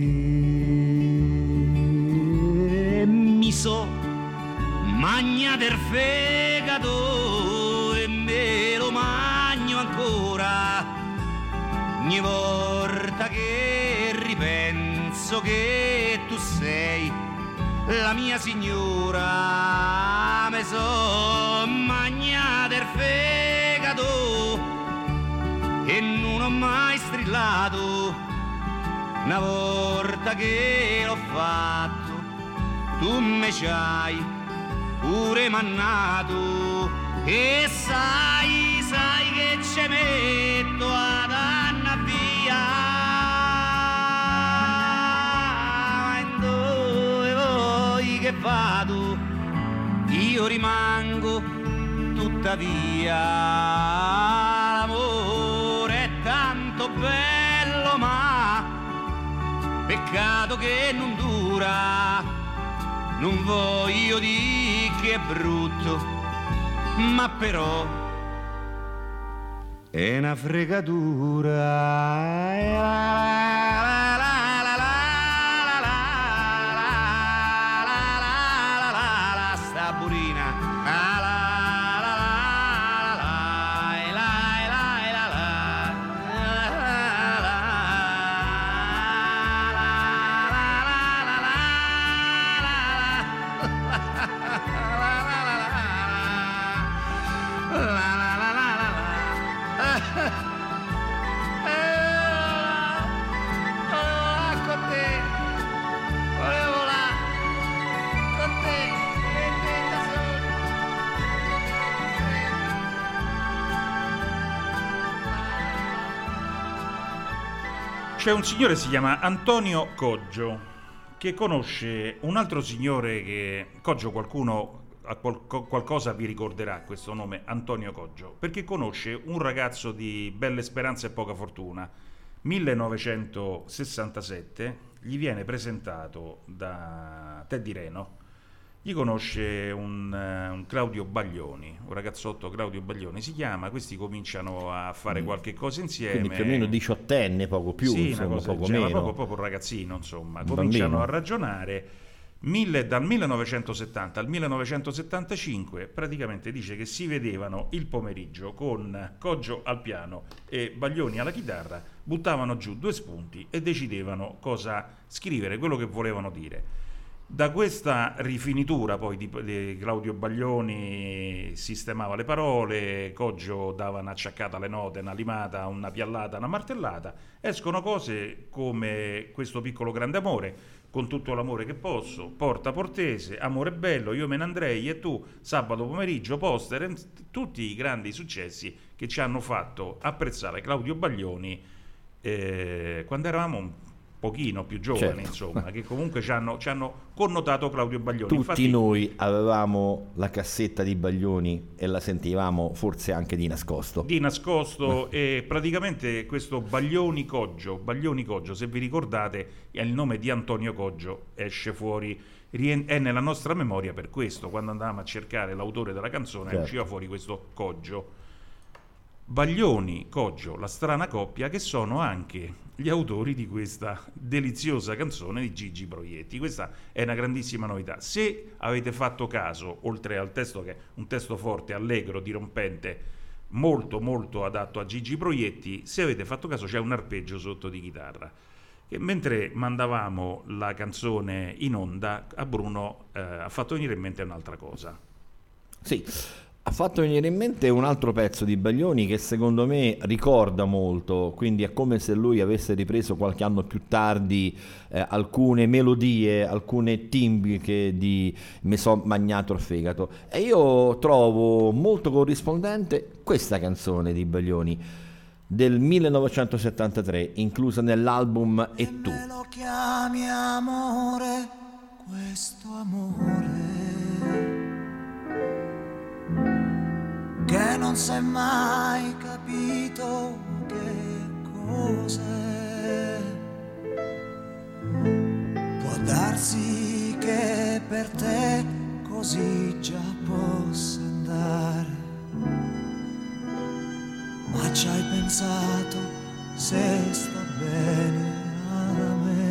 te. Mi so magna del fegato e me lo magno ancora, ogni volta che ripenso che tu sei la mia signora, me so magna del fegato e non ho mai strillato, una volta che l'ho fatto tu me c'hai pure mannato, e sai, sai che ce metto ad andar via, ma dove vuoi che vado io rimango tuttavia, l'amore è tanto bello ma peccato che non dura, non voglio dire che è brutto, ma però è una fregatura. Sta burina. C'è un signore che si chiama Antonio Coggio che conosce un altro signore che Coggio, qualcuno a qual- qualcosa vi ricorderà questo nome Antonio Coggio, perché conosce un ragazzo di belle speranze e poca fortuna. millenovecentosessantasette gli viene presentato da Teddy Reno, gli conosce un, un Claudio Baglioni, un ragazzotto Claudio Baglioni si chiama, questi cominciano a fare qualche cosa insieme. Quindi più o meno diciottenne, poco più, sì, insomma, una cosa poco genere, meno. proprio, proprio un ragazzino, insomma. Un Cominciano bambino. a ragionare. Mille, dal millenovecentosettanta al millenovecentosettantacinque praticamente dice che si vedevano il pomeriggio con Coggio al piano e Baglioni alla chitarra, buttavano giù due spunti e decidevano cosa scrivere, quello che volevano dire. Da questa rifinitura poi di, di Claudio Baglioni sistemava le parole, Coggio dava un'acciaccata alle note, una limata, una piallata, una martellata, escono cose come Questo piccolo grande amore, Con tutto l'amore che posso, Porta Portese, Amore bello, Io me ne andrei e tu, Sabato pomeriggio, Poster, tutti i grandi successi che ci hanno fatto apprezzare Claudio Baglioni eh, quando eravamo un pochino più giovani, Certo. insomma, che comunque ci hanno, ci hanno connotato Claudio Baglioni. Tutti Infatti, noi avevamo la cassetta di Baglioni e la sentivamo forse anche di nascosto. di nascosto e praticamente questo Baglioni Coggio, Baglioni Coggio, se vi ricordate, è il nome di Antonio Coggio, esce fuori, rien- è nella nostra memoria per questo, quando andavamo a cercare l'autore della canzone Certo. usciva fuori questo Coggio. Baglioni, Coggio, la strana coppia, che sono anche gli autori di questa deliziosa canzone di Gigi Proietti. Questa è una grandissima novità. Se avete fatto caso, oltre al testo che è un testo forte, allegro, dirompente, molto molto adatto a Gigi Proietti, se avete fatto caso c'è un arpeggio sotto di chitarra, che mentre mandavamo la canzone in onda a Bruno eh, ha fatto venire in mente un'altra cosa. Sì, ha fatto venire in mente un altro pezzo di Baglioni che secondo me ricorda molto, quindi è come se lui avesse ripreso qualche anno più tardi eh, alcune melodie, alcune timbriche di Me so magnato il fegato, e io trovo molto corrispondente questa canzone di Baglioni del millenovecentosettantatré, inclusa nell'album E tu. Me lo chiami amore, questo amore che non sei mai capito che cos'è. Può darsi che per te così già possa andare, ma ci hai pensato se sta bene a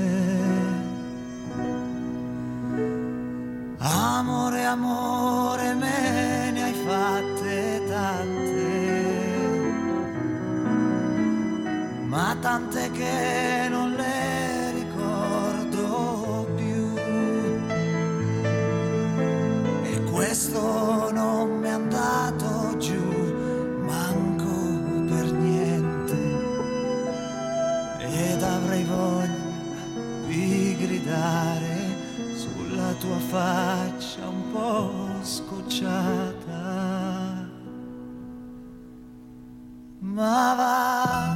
me. Amore, amore, me ne hai fatte tante, ma tante che non le ricordo più, e questo non mi è andato giù manco per niente, ed avrei voglia di gridare sulla tua faccia un po' scocciata. Ma va,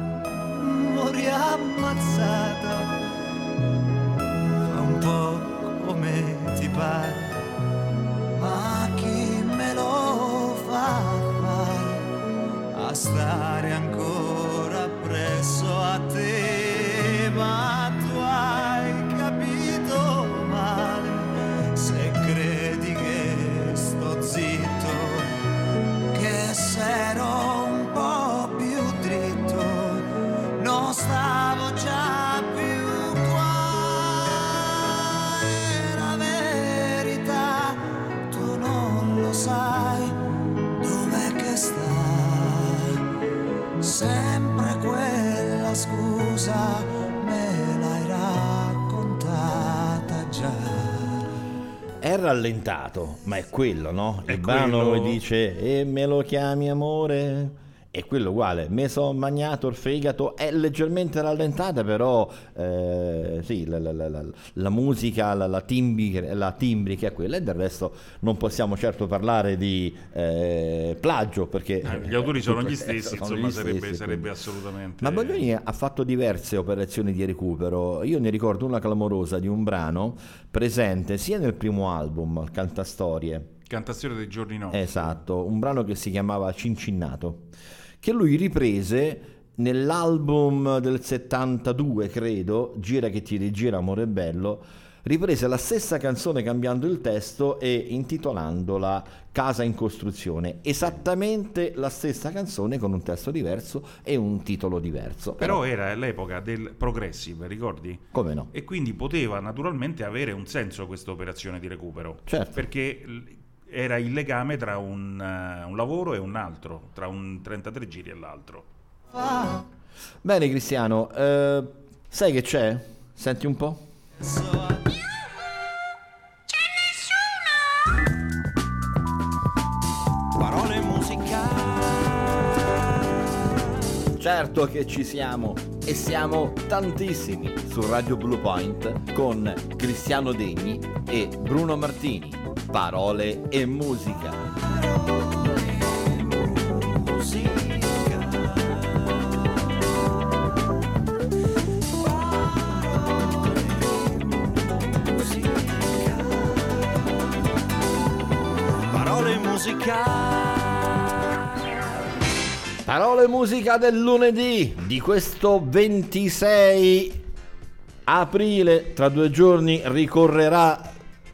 morì ammazzata, fa un po' come ti pare, ma chi me lo fa fare a stare ancora presso a te? Ma tu hai capito male se credi che sto zitto, che se ero un po' più dritto non stavo già più qua. E la verità tu non lo sai dov'è che stai, sempre quella scusa me l'hai raccontata già. È rallentato, ma è quello, no? Il È brano quello- dice e me lo chiami amore, è quello uguale. Me so magnato il fegato, è leggermente rallentata, però eh, sì, la, la- la- la- la musica, la, la, timbrica, la timbrica è quella, e del resto non possiamo certo parlare di eh, plagio, perché Eh, gli autori sono gli stessi, sono insomma, gli sarebbe, stessi, sarebbe quindi. assolutamente. Ma Baglioni ha fatto diverse operazioni di recupero. Io ne ricordo una clamorosa di un brano presente sia nel primo album, Cantastorie, Cantastorie dei giorni nostri. esatto, un brano che si chiamava Cincinnato, che lui riprese nell'album del settantadue, credo, Gira che ti rigira amore bello. Riprese la stessa canzone cambiando il testo e intitolandola Casa in costruzione, esattamente la stessa canzone con un testo diverso e un titolo diverso. Però era l'epoca del progressive, ricordi? Come no? E quindi poteva naturalmente avere un senso questa operazione di recupero. Certo. Perché l- era il legame tra un, eh, un lavoro e un altro, tra un trentatré giri e l'altro. Bene Cristiano, eh, sai che c'è? Senti un po'? Parole musicali. Certo che ci siamo, e siamo tantissimi su Radio Blue Point con Cristiano Degni e Bruno Martini. Parole e musica. Sì. Parole e musica del lunedì di questo ventisei aprile. Tra due giorni ricorrerà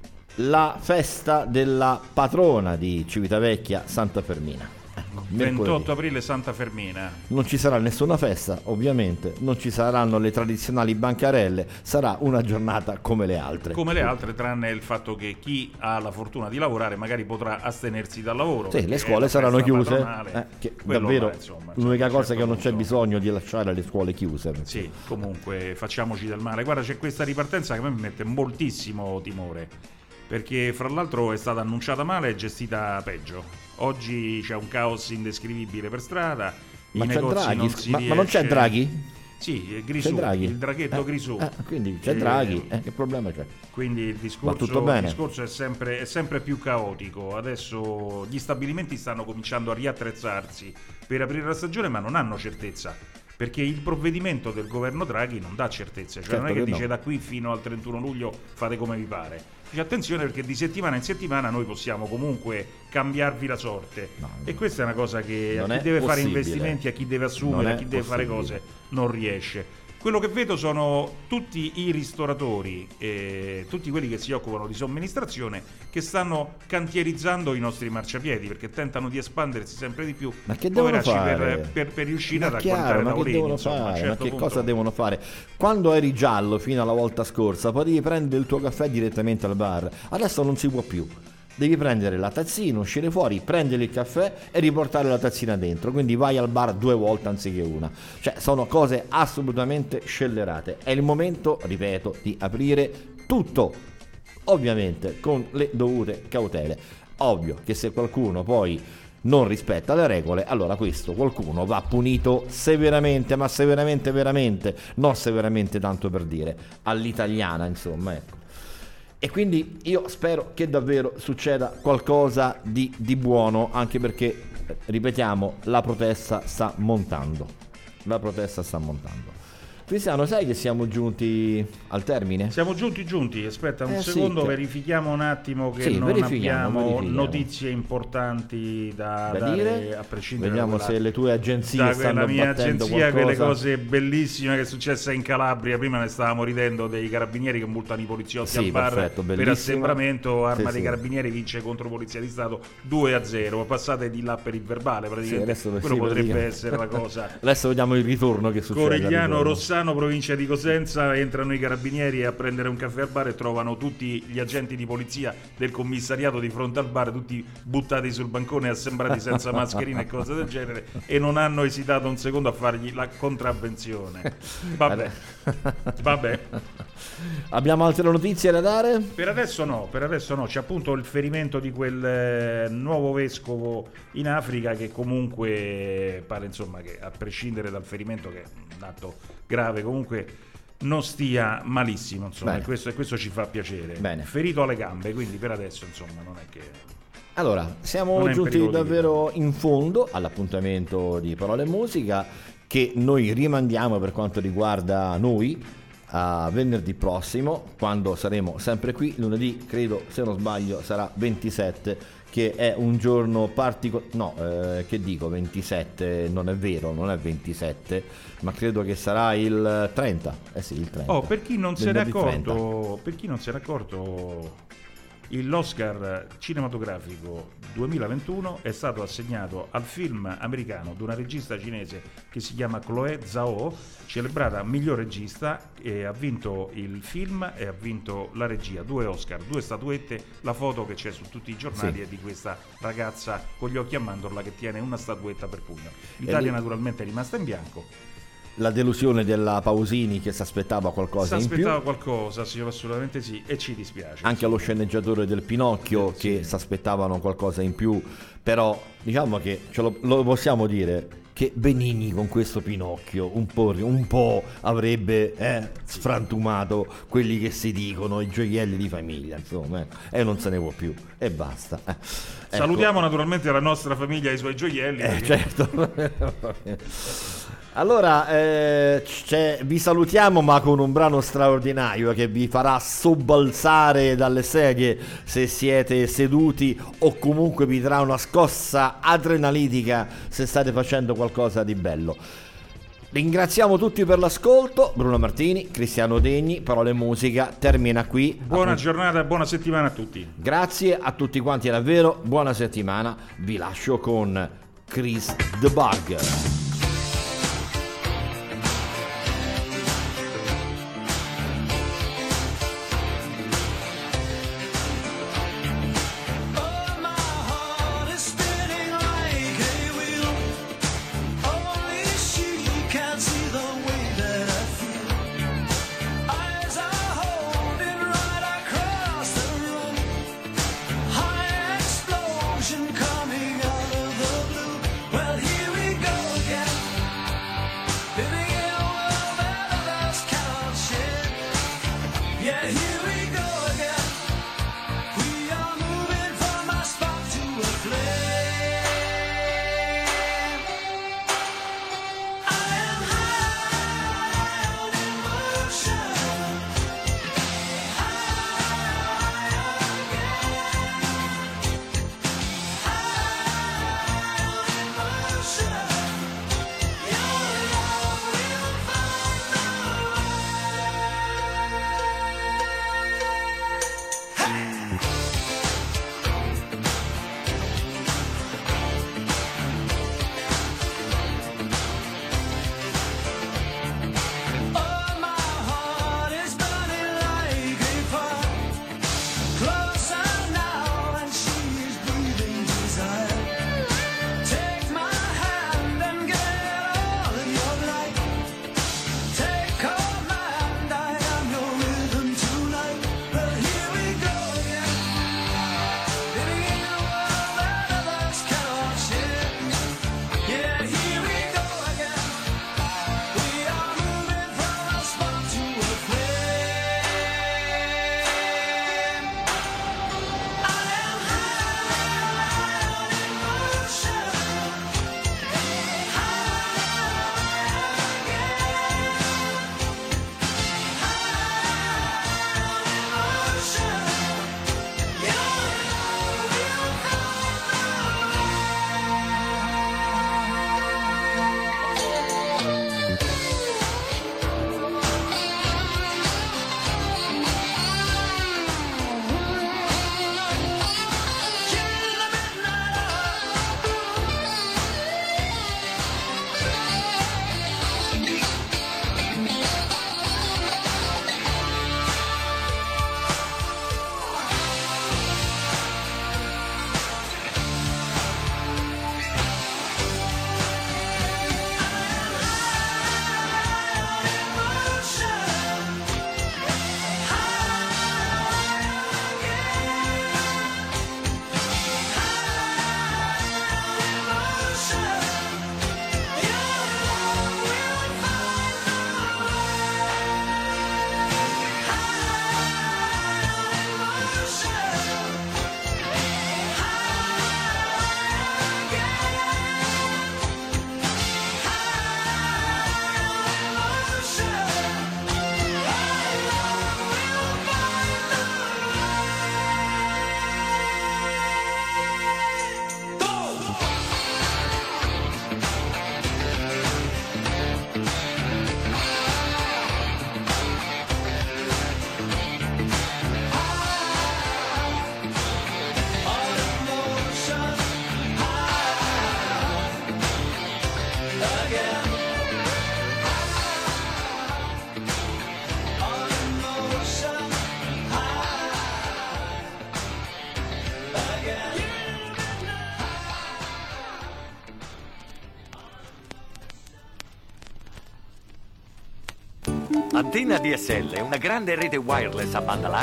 la festa della patrona di Civitavecchia, Santa Fermina. Ecco, ventotto aprile Santa Fermina. Non ci sarà nessuna festa, ovviamente, non ci saranno le tradizionali bancarelle, sarà una giornata come le altre. Come le altre, tranne il fatto che chi ha la fortuna di lavorare magari potrà astenersi dal lavoro. Sì, le scuole saranno chiuse. Eh, che davvero, là, insomma, l'unica cosa certo è che non c'è punto. bisogno di lasciare le scuole chiuse. Sì, comunque facciamoci del male. Guarda, c'è questa ripartenza che a me mi mette moltissimo timore, perché fra l'altro è stata annunciata male e gestita peggio. Oggi c'è un caos indescrivibile per strada, Ma i c'è negozi Draghi? non si Ma, riesce... ma non c'è Draghi? Sì, Grisù, C'è Draghi? il draghetto Eh, Grisù. eh, quindi c'è Eh, Draghi, eh, che problema c'è? Quindi il discorso, tutto il bene? discorso è, sempre, è sempre più caotico. Adesso gli stabilimenti stanno cominciando a riattrezzarsi per aprire la stagione, ma non hanno certezza, perché il provvedimento del governo Draghi non dà certezze, cioè Certo non è che, che dice no. da qui fino al trentuno luglio fate come vi pare. Dice attenzione perché di settimana in settimana noi possiamo comunque cambiarvi la sorte. No, e questa è una cosa che non a è chi deve fare possibile. investimenti, a chi deve assumere, Non a è chi deve fare possibile. cose non riesce. Quello che vedo sono tutti i ristoratori e tutti quelli che si occupano di somministrazione che stanno cantierizzando i nostri marciapiedi, perché tentano di espandersi sempre di più. Ma che devono poveracci, fare? per, per, per riuscire Ma ad chiaro, agguantare ma che lavorini, devono insomma, a un fare? certo ma che punto. cosa devono fare? Quando eri giallo fino alla volta scorsa potevi prendere il tuo caffè direttamente al bar, adesso non si può più. Devi prendere la tazzina, uscire fuori, prendere il caffè e riportare la tazzina dentro, quindi vai al bar due volte anziché una. Cioè sono cose assolutamente scellerate. È il momento, ripeto, di aprire tutto, ovviamente con le dovute cautele. Ovvio che se qualcuno poi non rispetta le regole, allora questo qualcuno va punito severamente, ma severamente veramente, non severamente tanto per dire, all'italiana, insomma, ecco. E quindi io spero che davvero succeda qualcosa di, di buono, anche perché, ripetiamo, la protesta sta montando. La protesta sta montando. Cristiano, sai che siamo giunti al termine? Siamo giunti giunti, aspetta un Eh, sì, secondo, che- verifichiamo un attimo che Sì, non verifichiamo, abbiamo verifichiamo. notizie importanti da, Da dare, dire? a prescindere Vediamo da quella, se le tue agenzie da stanno quella mia battendo agenzia, qualcosa. quelle cose bellissime che è successa in Calabria. Prima ne stavamo ridendo dei carabinieri che multano i poliziotti Sì, al bar perfetto, per bellissima. assembramento. Arma Sì, dei sì. carabinieri vince contro Polizia di Stato due a zero. Passate di là per il verbale, praticamente Sì, adesso- quello sì, potrebbe praticamente. essere la cosa. Adesso vediamo il ritorno che succede. al Corigliano, ritorno. Rossano, provincia di Cosenza, entrano i carabinieri a prendere un caffè al bar e trovano tutti gli agenti di polizia del commissariato di fronte al bar, tutti buttati sul bancone, assembrati senza mascherine e cose del genere, e non hanno esitato un secondo a fargli la contravvenzione. Vabbè, vabbè. Abbiamo altre notizie da dare? Per adesso no, per adesso no, c'è appunto il ferimento di quel eh, nuovo vescovo in Africa che comunque pare, insomma, che a prescindere dal ferimento, che è un atto grave, comunque non stia malissimo, insomma, Bene. e questo, e questo ci fa piacere. Bene. Ferito alle gambe, quindi per adesso, insomma, non è che... Allora, siamo Non è in giunti pericolo di davvero in fondo all'appuntamento di Parole e Musica, che noi rimandiamo per quanto riguarda noi a venerdì prossimo, quando saremo sempre qui. Lunedì, credo, se non sbaglio, sarà ventisette, che è un giorno particolare. No, eh, che dico ventisette, non è vero, non è ventisette, ma credo che sarà il trenta. Eh sì, il trenta. Oh, per chi non se n'è Venerdì trenta. accorto, per chi non se n'è accorto, l'Oscar cinematografico duemilaventuno è stato assegnato al film americano di una regista cinese che si chiama Chloé Zhao, celebrata miglior regista, e ha vinto il film e ha vinto la regia, due Oscar, due statuette. La foto che c'è su tutti i giornali Sì. è di questa ragazza con gli occhi a mandorla che tiene una statuetta per pugno. L'Italia lì- naturalmente è rimasta in bianco. La delusione della Pausini, che si aspettava qualcosa Si in più. aspettava qualcosa, sì, assolutamente sì, e ci dispiace. Anche allo sceneggiatore del Pinocchio, che si aspettavano qualcosa in più, però diciamo che ce lo, lo possiamo dire che Benigni con questo Pinocchio un po', un po' avrebbe eh, sfrantumato quelli che si dicono i gioielli di famiglia, insomma, eh, e non se ne può più, e basta. Eh, ecco. Salutiamo naturalmente la nostra famiglia e i suoi gioielli. Eh, perché- certo. Allora, eh, c'è- vi salutiamo ma con un brano straordinario che vi farà sobbalzare dalle sedie se siete seduti, o comunque vi darà una scossa adrenalitica se state facendo qualcosa di bello. Ringraziamo tutti per l'ascolto. Bruno Martini, Cristiano Degni, Parole e Musica termina qui. Buona Appunt- giornata, buona settimana a tutti. Grazie a tutti quanti, davvero buona settimana. Vi lascio con Chris the Bug. Coming out of the blue. Well, here we go again. Antenna D S L è una grande rete wireless a banda larga